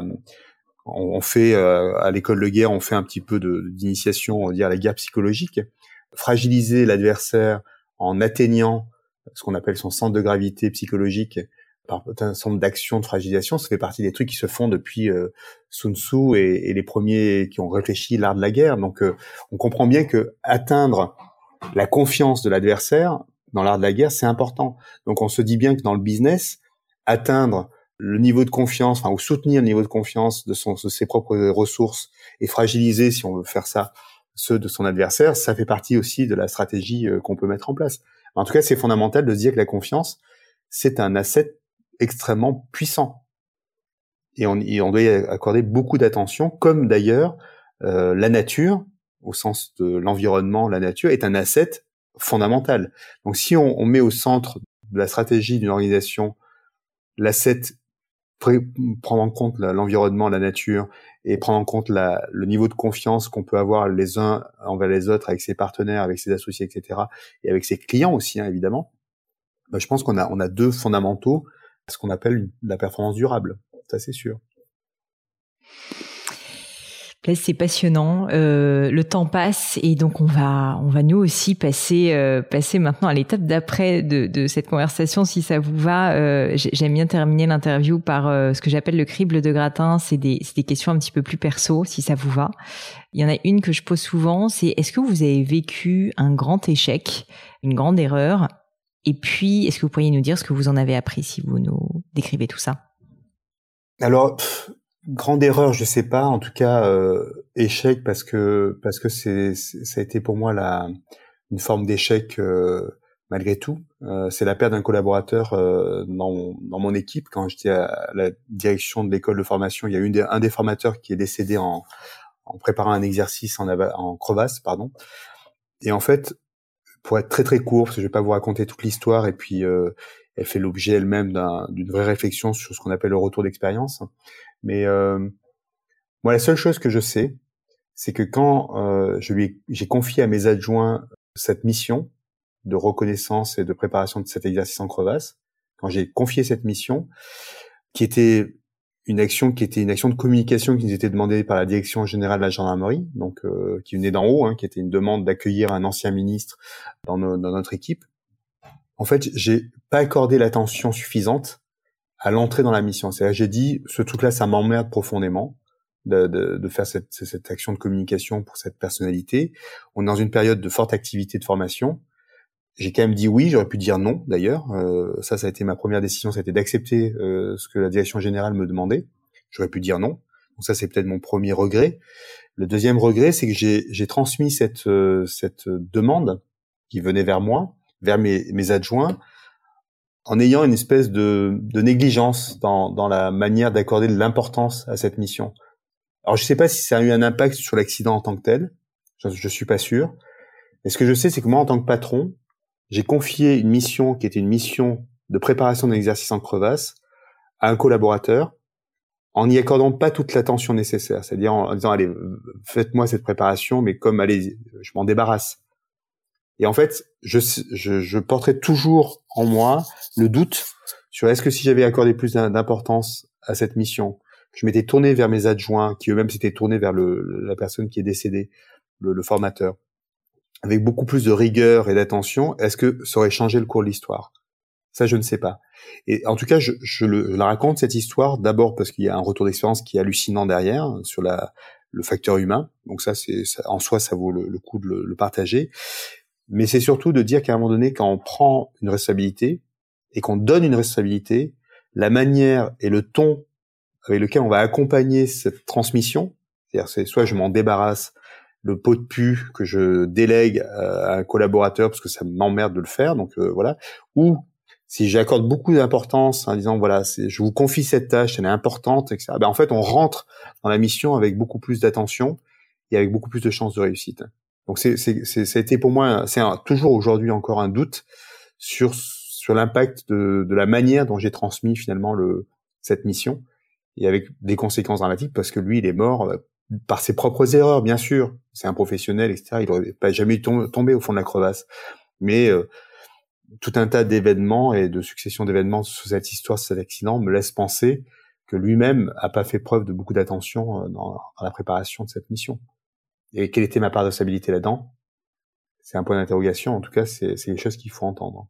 on fait euh, à l'école de guerre, on fait un petit peu de, d'initiation, on va dire la guerre psychologique, fragiliser l'adversaire en atteignant ce qu'on appelle son centre de gravité psychologique par un certain nombre d'actions de fragilisation, ça fait partie des trucs qui se font depuis euh, Sun Tzu et, et les premiers qui ont réfléchi l'art de la guerre. Donc, euh, on comprend bien que atteindre la confiance de l'adversaire dans l'art de la guerre, c'est important. Donc on se dit bien que dans le business, atteindre le niveau de confiance, enfin, ou soutenir le niveau de confiance de, son, de ses propres ressources et fragiliser, si on veut faire ça, ceux de son adversaire, ça fait partie aussi de la stratégie euh, qu'on peut mettre en place. En tout cas, c'est fondamental de se dire que la confiance, c'est un asset extrêmement puissant. Et on, et on doit y accorder beaucoup d'attention, comme d'ailleurs euh, la nature, au sens de l'environnement, la nature est un asset fondamental. Donc si on, on met au centre de la stratégie d'une organisation l'asset, prendre en compte la, l'environnement, la nature, et prendre en compte la, le niveau de confiance qu'on peut avoir les uns envers les autres, avec ses partenaires, avec ses associés, et cetera, et avec ses clients aussi, hein, évidemment, ben, je pense qu'on a, on a deux fondamentaux, ce qu'on appelle la performance durable. Ça, c'est sûr. Là, c'est passionnant. Euh, le temps passe et donc on va, on va nous aussi passer, euh, passer maintenant à l'étape d'après de, de cette conversation, si ça vous va. Euh, j'aime bien terminer l'interview par euh, ce que j'appelle le crible de gratin. C'est des, c'est des questions un petit peu plus perso, si ça vous va. Il y en a une que je pose souvent, c'est est-ce que vous avez vécu un grand échec, une grande erreur? Et puis, est-ce que vous pourriez nous dire ce que vous en avez appris si vous nous décrivez tout ça? Alors, pff, grande erreur, je sais pas. En tout cas, euh, échec parce que parce que c'est, c'est ça a été pour moi la une forme d'échec euh, malgré tout. Euh, c'est la perte d'un collaborateur euh, dans mon, dans mon équipe quand j'étais à la direction de l'école de formation. Il y a eu des, un des formateurs qui est décédé en en préparant un exercice en en crevasse, pardon. Et en fait, pour être très très court, parce que je vais pas vous raconter toute l'histoire, et puis euh, elle fait l'objet elle-même d'un, d'une vraie réflexion sur ce qu'on appelle le retour d'expérience. Mais euh, moi, la seule chose que je sais, c'est que quand euh, je lui ai, j'ai confié à mes adjoints cette mission de reconnaissance et de préparation de cet exercice en crevasse, quand j'ai confié cette mission, qui était une action qui était une action de communication qui nous était demandée par la direction générale de la gendarmerie, donc euh, qui venait d'en haut, hein, qui était une demande d'accueillir un ancien ministre dans, nos, dans notre équipe. En fait, j'ai pas accordé l'attention suffisante à l'entrée dans la mission. C'est-à-dire, j'ai dit, ce truc-là, ça m'emmerde profondément de, de, de faire cette, cette action de communication pour cette personnalité. On est dans une période de forte activité de formation. J'ai quand même dit oui, j'aurais pu dire non, d'ailleurs. Euh, ça, ça a été ma première décision, ça a été d'accepter euh, ce que la direction générale me demandait. J'aurais pu dire non. Donc ça, c'est peut-être mon premier regret. Le deuxième regret, c'est que j'ai, j'ai transmis cette, euh, cette demande qui venait vers moi, vers mes, mes adjoints, en ayant une espèce de, de négligence dans, dans la manière d'accorder de l'importance à cette mission. Alors, je sais pas si ça a eu un impact sur l'accident en tant que tel. Je, je suis pas sûr. Mais ce que je sais, c'est que moi, en tant que patron, j'ai confié une mission qui était une mission de préparation d'un exercice en crevasse à un collaborateur en n'y accordant pas toute l'attention nécessaire. C'est-à-dire en disant, allez, faites-moi cette préparation, mais comme, allez, je m'en débarrasse. Et en fait, je, je, je porterai toujours en moi le doute sur est-ce que si j'avais accordé plus d'importance à cette mission, je m'étais tourné vers mes adjoints, qui eux-mêmes s'étaient tournés vers le, la personne qui est décédée, le, le formateur, avec beaucoup plus de rigueur et d'attention, est-ce que ça aurait changé le cours de l'histoire? Ça, je ne sais pas. Et en tout cas, je, je, le, je la raconte, cette histoire, d'abord parce qu'il y a un retour d'expérience qui est hallucinant derrière, sur la, le facteur humain. Donc ça, c'est, ça, en soi, ça vaut le, le coup de le, le partager. Mais c'est surtout de dire qu'à un moment donné, quand on prend une responsabilité et qu'on donne une responsabilité, la manière et le ton avec lequel on va accompagner cette transmission, c'est-à-dire c'est soit je m'en débarrasse, le pot de pu que je délègue à un collaborateur parce que ça m'emmerde de le faire, donc euh, voilà, ou si j'accorde beaucoup d'importance en disant voilà, c'est, je vous confie cette tâche, elle est importante, et cetera. Ben, en fait, on rentre dans la mission avec beaucoup plus d'attention et avec beaucoup plus de chances de réussite. Donc c'est, c'est, c'est, ça a été pour moi, c'est un, toujours aujourd'hui encore un doute sur sur l'impact de, de la manière dont j'ai transmis finalement le cette mission, et avec des conséquences dramatiques parce que lui, il est mort par ses propres erreurs, bien sûr. C'est un professionnel, et cetera. Il n'aurait pas jamais tombé au fond de la crevasse. Mais euh, tout un tas d'événements et de successions d'événements sur cette histoire, sur cet accident, me laisse penser que lui-même a pas fait preuve de beaucoup d'attention dans, dans la préparation de cette mission. Et quelle était ma part de responsabilité là-dedans? C'est un point d'interrogation. En tout cas, c'est, c'est les choses qu'il faut entendre.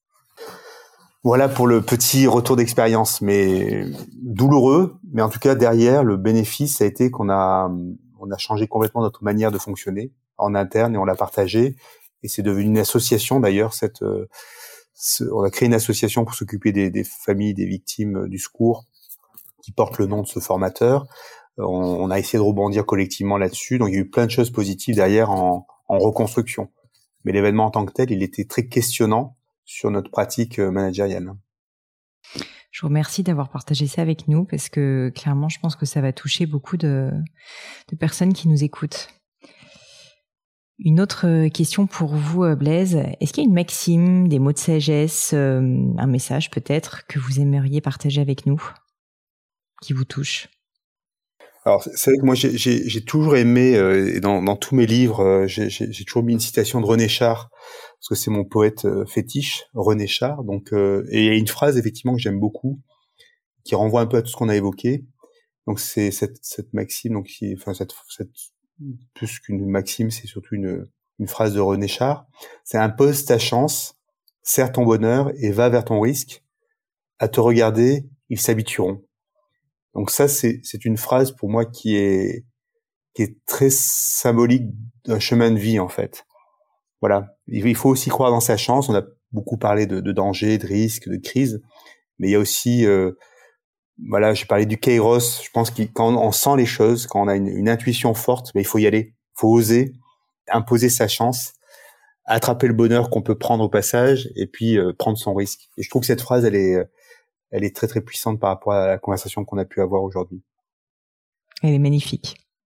Voilà pour le petit retour d'expérience, mais douloureux. Mais en tout cas, derrière, le bénéfice, ça a été qu'on a, on a changé complètement notre manière de fonctionner en interne et on l'a partagé. et c'est devenu une association d'ailleurs. Cette, euh, ce, on a créé une association pour s'occuper des, des familles des victimes du secours, qui porte le nom de ce formateur. On, on a essayé de rebondir collectivement là-dessus. Donc il y a eu plein de choses positives derrière en, en reconstruction. Mais l'événement en tant que tel, il était très questionnant sur notre pratique managériale. Je vous remercie d'avoir partagé ça avec nous parce que clairement, je pense que ça va toucher beaucoup de, de personnes qui nous écoutent. Une autre question pour vous, Blaise. Est-ce qu'il y a une maxime, des mots de sagesse, euh, un message peut-être que vous aimeriez partager avec nous, qui vous touche? Alors, c'est vrai que moi, j'ai, j'ai, j'ai toujours aimé, euh, et dans, dans tous mes livres, euh, j'ai, j'ai, j'ai toujours mis une citation de René Char, parce que c'est mon poète euh, fétiche, René Char. Donc, euh, et il y a une phrase, effectivement, que j'aime beaucoup, qui renvoie un peu à tout ce qu'on a évoqué. Donc, c'est cette, cette maxime, donc, qui, enfin, cette, cette, plus qu'une maxime, c'est surtout une, une phrase de René Char. C'est: impose ta chance, serre ton bonheur et va vers ton risque. À te regarder, ils s'habitueront. Donc ça, c'est, c'est une phrase pour moi qui est, qui est très symbolique d'un chemin de vie, en fait. Voilà. Il faut aussi croire dans sa chance. On a beaucoup parlé de, de danger, de risque, de crise. Mais il y a aussi, euh, voilà, j'ai parlé du kairos. Je pense que quand on sent les choses, quand on a une, une intuition forte, ben, il faut y aller. Il faut oser, imposer sa chance, attraper le bonheur qu'on peut prendre au passage et puis euh, prendre son risque. Et je trouve que cette phrase, elle est, elle est très très puissante par rapport à la conversation qu'on a pu avoir aujourd'hui. Elle est magnifique.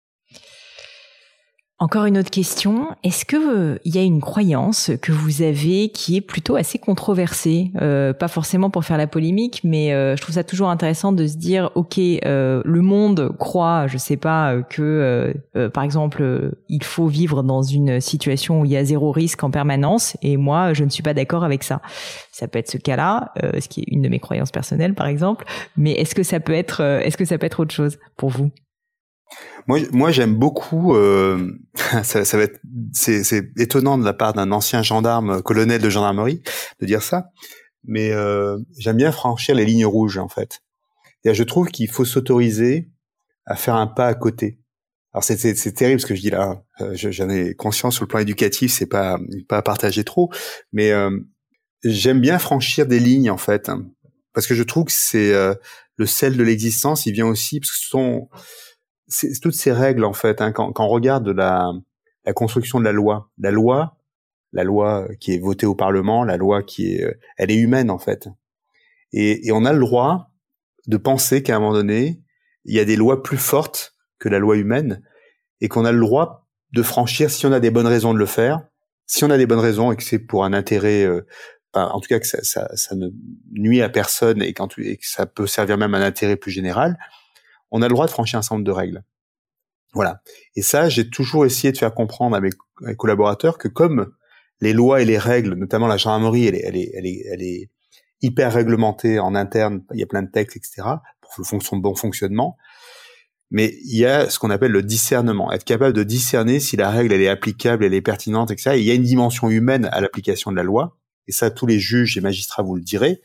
Encore une autre question. Est-ce que euh, il y a une croyance que vous avez qui est plutôt assez controversée, euh, pas forcément pour faire la polémique, mais euh, je trouve ça toujours intéressant de se dire, ok, euh, le monde croit, je sais pas, que euh, euh, par exemple, euh, il faut vivre dans une situation où il y a zéro risque en permanence, et moi, je ne suis pas d'accord avec ça. Ça peut être ce cas-là, euh, ce qui est une de mes croyances personnelles, par exemple. Mais est-ce que ça peut être, euh, est-ce que ça peut être autre chose pour vous? Moi, moi, j'aime beaucoup. Euh, ça, ça va être, c'est, c'est étonnant de la part d'un ancien gendarme, colonel de gendarmerie, de dire ça. Mais euh, j'aime bien franchir les lignes rouges, en fait. Et je trouve qu'il faut s'autoriser à faire un pas à côté. Alors c'est, c'est, c'est terrible ce que je dis là. Euh, j'en ai conscience sur le plan éducatif, c'est pas pas à partager trop. Mais euh, j'aime bien franchir des lignes, en fait, hein, parce que je trouve que c'est euh, le sel de l'existence. Il vient aussi parce que ce sont c'est toutes ces règles, en fait, hein, quand, quand on regarde la, la construction de la loi, la loi, la loi qui est votée au Parlement, la loi qui est, elle est humaine, en fait. Et, et on a le droit de penser qu'à un moment donné, il y a des lois plus fortes que la loi humaine et qu'on a le droit de franchir si on a des bonnes raisons de le faire, si on a des bonnes raisons et que c'est pour un intérêt, euh, enfin, en tout cas que ça, ça, ça ne nuit à personne et, quand, et que ça peut servir même à un intérêt plus général. On a le droit de franchir un certain nombre de règles. Voilà. Et ça, j'ai toujours essayé de faire comprendre à mes, à mes collaborateurs que comme les lois et les règles, notamment la gendarmerie, elle est, elle est, elle est, elle est hyper réglementée en interne, il y a plein de textes, et cetera, pour le fonction, bon fonctionnement. Mais il y a ce qu'on appelle le discernement, être capable de discerner si la règle, elle est applicable, elle est pertinente, et cetera. Et il y a une dimension humaine à l'application de la loi. Et ça, tous les juges et magistrats vous le direz.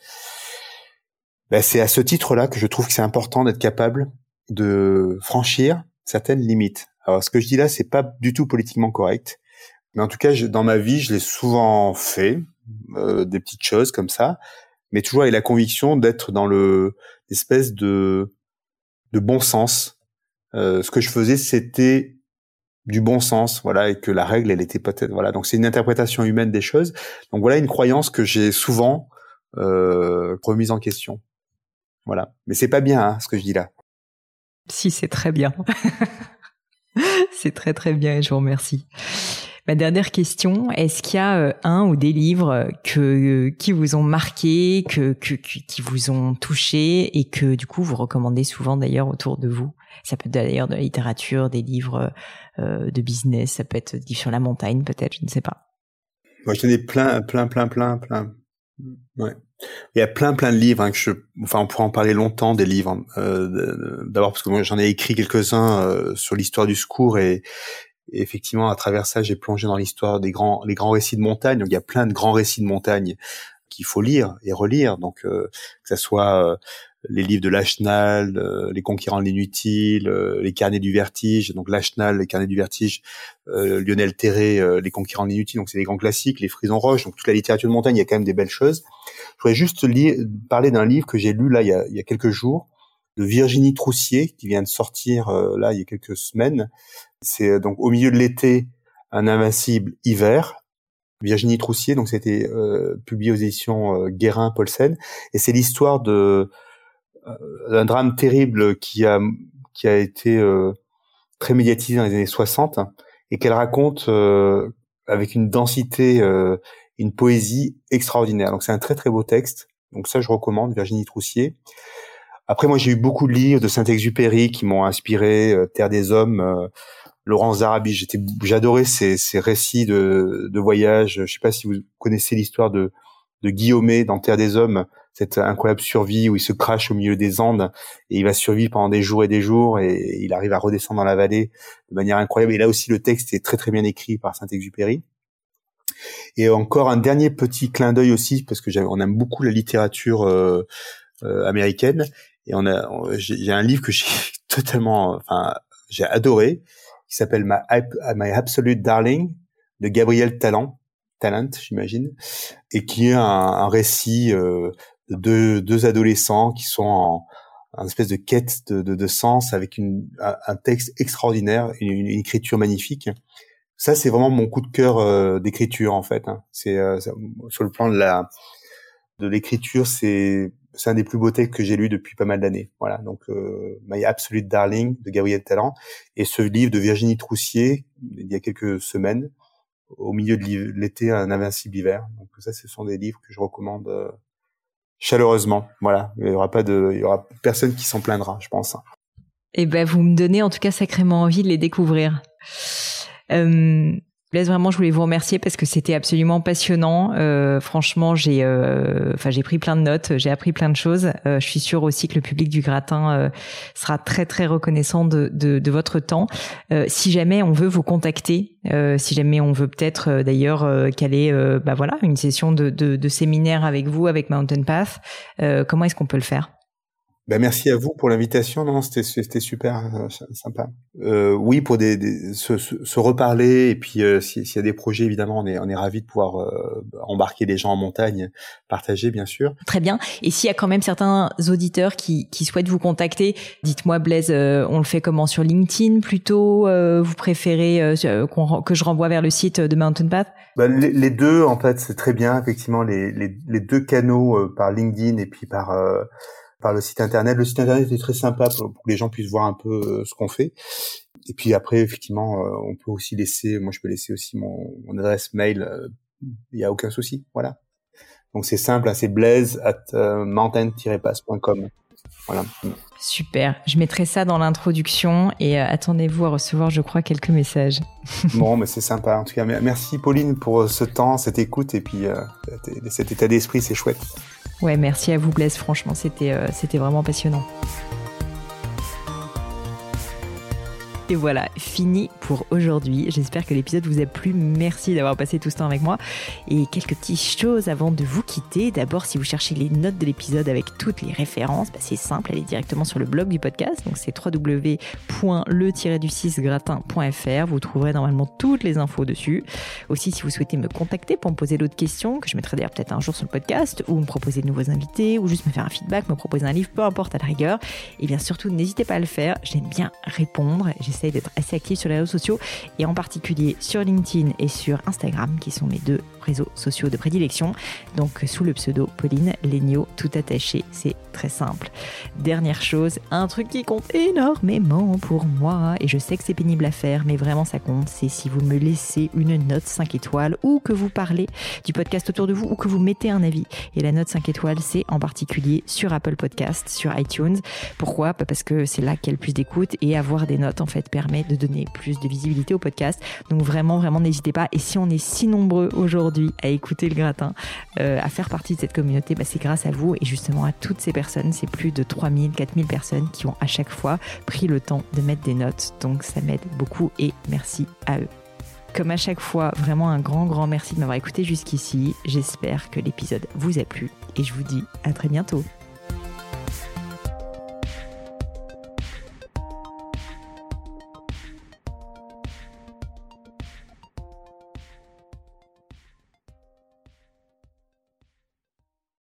Ben, c'est à ce titre-là que je trouve que c'est important d'être capable de franchir certaines limites. Alors, ce que je dis là, c'est pas du tout politiquement correct, mais en tout cas, je, dans ma vie, je l'ai souvent fait, euh, des petites choses comme ça, mais toujours avec la conviction d'être dans le espèce de de bon sens. Euh, ce que je faisais, c'était du bon sens, voilà, et que la règle, elle était peut-être, voilà. Donc, c'est une interprétation humaine des choses. Donc, voilà une croyance que j'ai souvent euh, remise en question. Voilà, mais c'est pas bien, hein, ce que je dis là. Si, c'est très bien. C'est très très bien et je vous remercie. Ma dernière question, est-ce qu'il y a euh, un ou des livres que, euh, qui vous ont marqué, que, que, qui vous ont touché et que du coup vous recommandez souvent d'ailleurs autour de vous? Ça peut être d'ailleurs de la littérature, des livres euh, de business, ça peut être des livres sur la montagne peut-être, je ne sais pas. Moi, je tenais plein, plein, plein, plein, plein. Ouais. Il y a plein, plein de livres, hein, que je, enfin, on pourrait en parler longtemps des livres. Euh, d'abord parce que moi, j'en ai écrit quelques-uns euh, sur l'histoire du secours et, et effectivement, à travers ça, j'ai plongé dans l'histoire des grands, les grands récits de montagne. Donc, il y a plein de grands récits de montagne qu'il faut lire et relire. Donc, euh, que ça soit euh, les livres de Lachenal, euh, Les Conquérants de l'inutile, euh, Les Carnets du vertige. Donc, Lachenal, Les Carnets du vertige, euh, Lionel Terré, euh, Les Conquérants de l'inutile. Donc, c'est des grands classiques. Les Frison Roche. Donc, toute la littérature de montagne, il y a quand même des belles choses. Je voudrais juste lire, parler d'un livre que j'ai lu là il y a, il y a quelques jours, de Virginie Troussier, qui vient de sortir euh, là il y a quelques semaines. C'est euh, donc Au milieu de l'été, un invincible hiver. Virginie Troussier, donc c'était euh, publié aux éditions euh, Guérin-Paulsen, et c'est l'histoire de euh, d'un drame terrible qui a qui a été euh, très médiatisé dans les années soixante, et qu'elle raconte euh, avec une densité, euh, une poésie extraordinaire. Donc c'est un très très beau texte. Donc ça je recommande, Virginie Troussier. Après moi j'ai eu beaucoup de livres de Saint-Exupéry qui m'ont inspiré, euh, Terre des hommes. Euh, Laurence Zarabi, j'étais, j'adorais ces, ces récits de, de voyage. Je sais pas si vous connaissez l'histoire de, de Guillaumet dans Terre des hommes, cette incroyable survie où il se crache au milieu des Andes et il va survivre pendant des jours et des jours et il arrive à redescendre dans la vallée de manière incroyable. Et là aussi, le texte est très très bien écrit par Saint-Exupéry. Et encore un dernier petit clin d'œil aussi, parce que on aime beaucoup la littérature euh, euh, américaine. Et on a, on, j'ai, j'ai un livre que j'ai totalement, enfin, j'ai adoré, qui s'appelle My, My Absolute Darling, de Gabriel Talent, Talent, j'imagine, et qui est un, un récit euh, de deux, deux adolescents qui sont en, en espèce de quête de, de, de sens, avec une, un, un texte extraordinaire, une, une écriture magnifique. Ça, c'est vraiment mon coup de cœur euh, d'écriture, en fait. Hein. C'est euh, sur le plan de la de l'écriture, c'est c'est un des plus beaux textes que j'ai lu depuis pas mal d'années. Voilà, donc euh, My Absolute Darling de Gabriel Talent, et ce livre de Virginie Troussier il y a quelques semaines, Au milieu de l'été, un invincible hiver. Donc ça, ce sont des livres que je recommande euh, chaleureusement. Voilà, il y aura pas de, il y aura personne qui s'en plaindra, je pense. Eh ben, vous me donnez en tout cas sacrément envie de les découvrir. Euh... Blaise, vraiment, je voulais vous remercier parce que c'était absolument passionnant. Euh, franchement, j'ai, euh, enfin, j'ai pris plein de notes, j'ai appris plein de choses. Euh, je suis sûre aussi que le public du Gratin euh, sera très très reconnaissant de, de, de votre temps. Euh, si jamais on veut vous contacter, euh, si jamais on veut peut-être euh, d'ailleurs euh, caler, euh, bah voilà, une session de, de, de séminaire avec vous, avec Mountain Path, euh, comment est-ce qu'on peut le faire ? Ben merci à vous pour l'invitation. Non, c'était c'était super euh, sympa. Euh, oui, pour des, des se, se, se reparler, et puis euh, s'il y a des projets, évidemment, on est on est ravis de pouvoir euh, embarquer les gens en montagne, partager, bien sûr. Très bien. Et s'il y a quand même certains auditeurs qui qui souhaitent vous contacter, dites-moi, Blaise, euh, on le fait comment, sur LinkedIn plutôt, euh, vous préférez euh, qu'on, que je renvoie vers le site de Mountain Path? Ben, les, les deux, en fait, c'est très bien. Effectivement, les les, les deux canaux, euh, par LinkedIn et puis par euh, par le site internet. Le site internet est très sympa pour, pour que les gens puissent voir un peu euh, ce qu'on fait. Et puis après, effectivement, euh, on peut aussi laisser, moi je peux laisser aussi mon, mon adresse mail, il euh, y a aucun souci, voilà. Donc c'est simple, hein, c'est blaise at euh, mountain tiret pass point com. Voilà. Super, je mettrai ça dans l'introduction et euh, attendez-vous à recevoir, je crois, quelques messages. Bon, mais c'est sympa. En tout cas, merci Pauline pour ce temps, cette écoute et puis euh, cet état d'esprit, c'est chouette. Ouais, merci à vous Blaise, franchement, c'était, euh, c'était vraiment passionnant. Et voilà, fini pour aujourd'hui. J'espère que l'épisode vous a plu. Merci d'avoir passé tout ce temps avec moi. Et quelques petites choses avant de vous quitter. D'abord, si vous cherchez les notes de l'épisode avec toutes les références, bah c'est simple, allez directement sur le blog du podcast. Donc c'est w w w point le tiret du six gratin point f r. Vous trouverez normalement toutes les infos dessus. Aussi, si vous souhaitez me contacter pour me poser d'autres questions, que je mettrai d'ailleurs peut-être un jour sur le podcast, ou me proposer de nouveaux invités, ou juste me faire un feedback, me proposer un livre, peu importe à la rigueur, et bien surtout, n'hésitez pas à le faire. J'aime bien répondre. J'essaie d'être assez active sur les réseaux sociaux, et en particulier sur LinkedIn et sur Instagram, qui sont mes deux réseaux sociaux de prédilection. Donc sous le pseudo Pauline Léniaud, tout attaché, c'est très simple. Dernière chose, un truc qui compte énormément pour moi, et je sais que c'est pénible à faire, mais vraiment ça compte, c'est si vous me laissez une note cinq étoiles, ou que vous parlez du podcast autour de vous, ou que vous mettez un avis. Et la note cinq étoiles, c'est en particulier sur Apple Podcast, sur iTunes. Pourquoi ? Parce que c'est là qu'il y a le plus d'écoute, et avoir des notes en fait permet de donner plus de visibilité au podcast. Donc vraiment, vraiment n'hésitez pas. Et si on est si nombreux aujourd'hui à écouter le gratin, euh, à faire partie de cette communauté, bah c'est grâce à vous et justement à toutes ces personnes. C'est plus de trois mille, quatre mille personnes qui ont à chaque fois pris le temps de mettre des notes. Donc ça m'aide beaucoup et merci à eux. Comme à chaque fois, vraiment un grand, grand merci de m'avoir écouté jusqu'ici. J'espère que l'épisode vous a plu et je vous dis à très bientôt.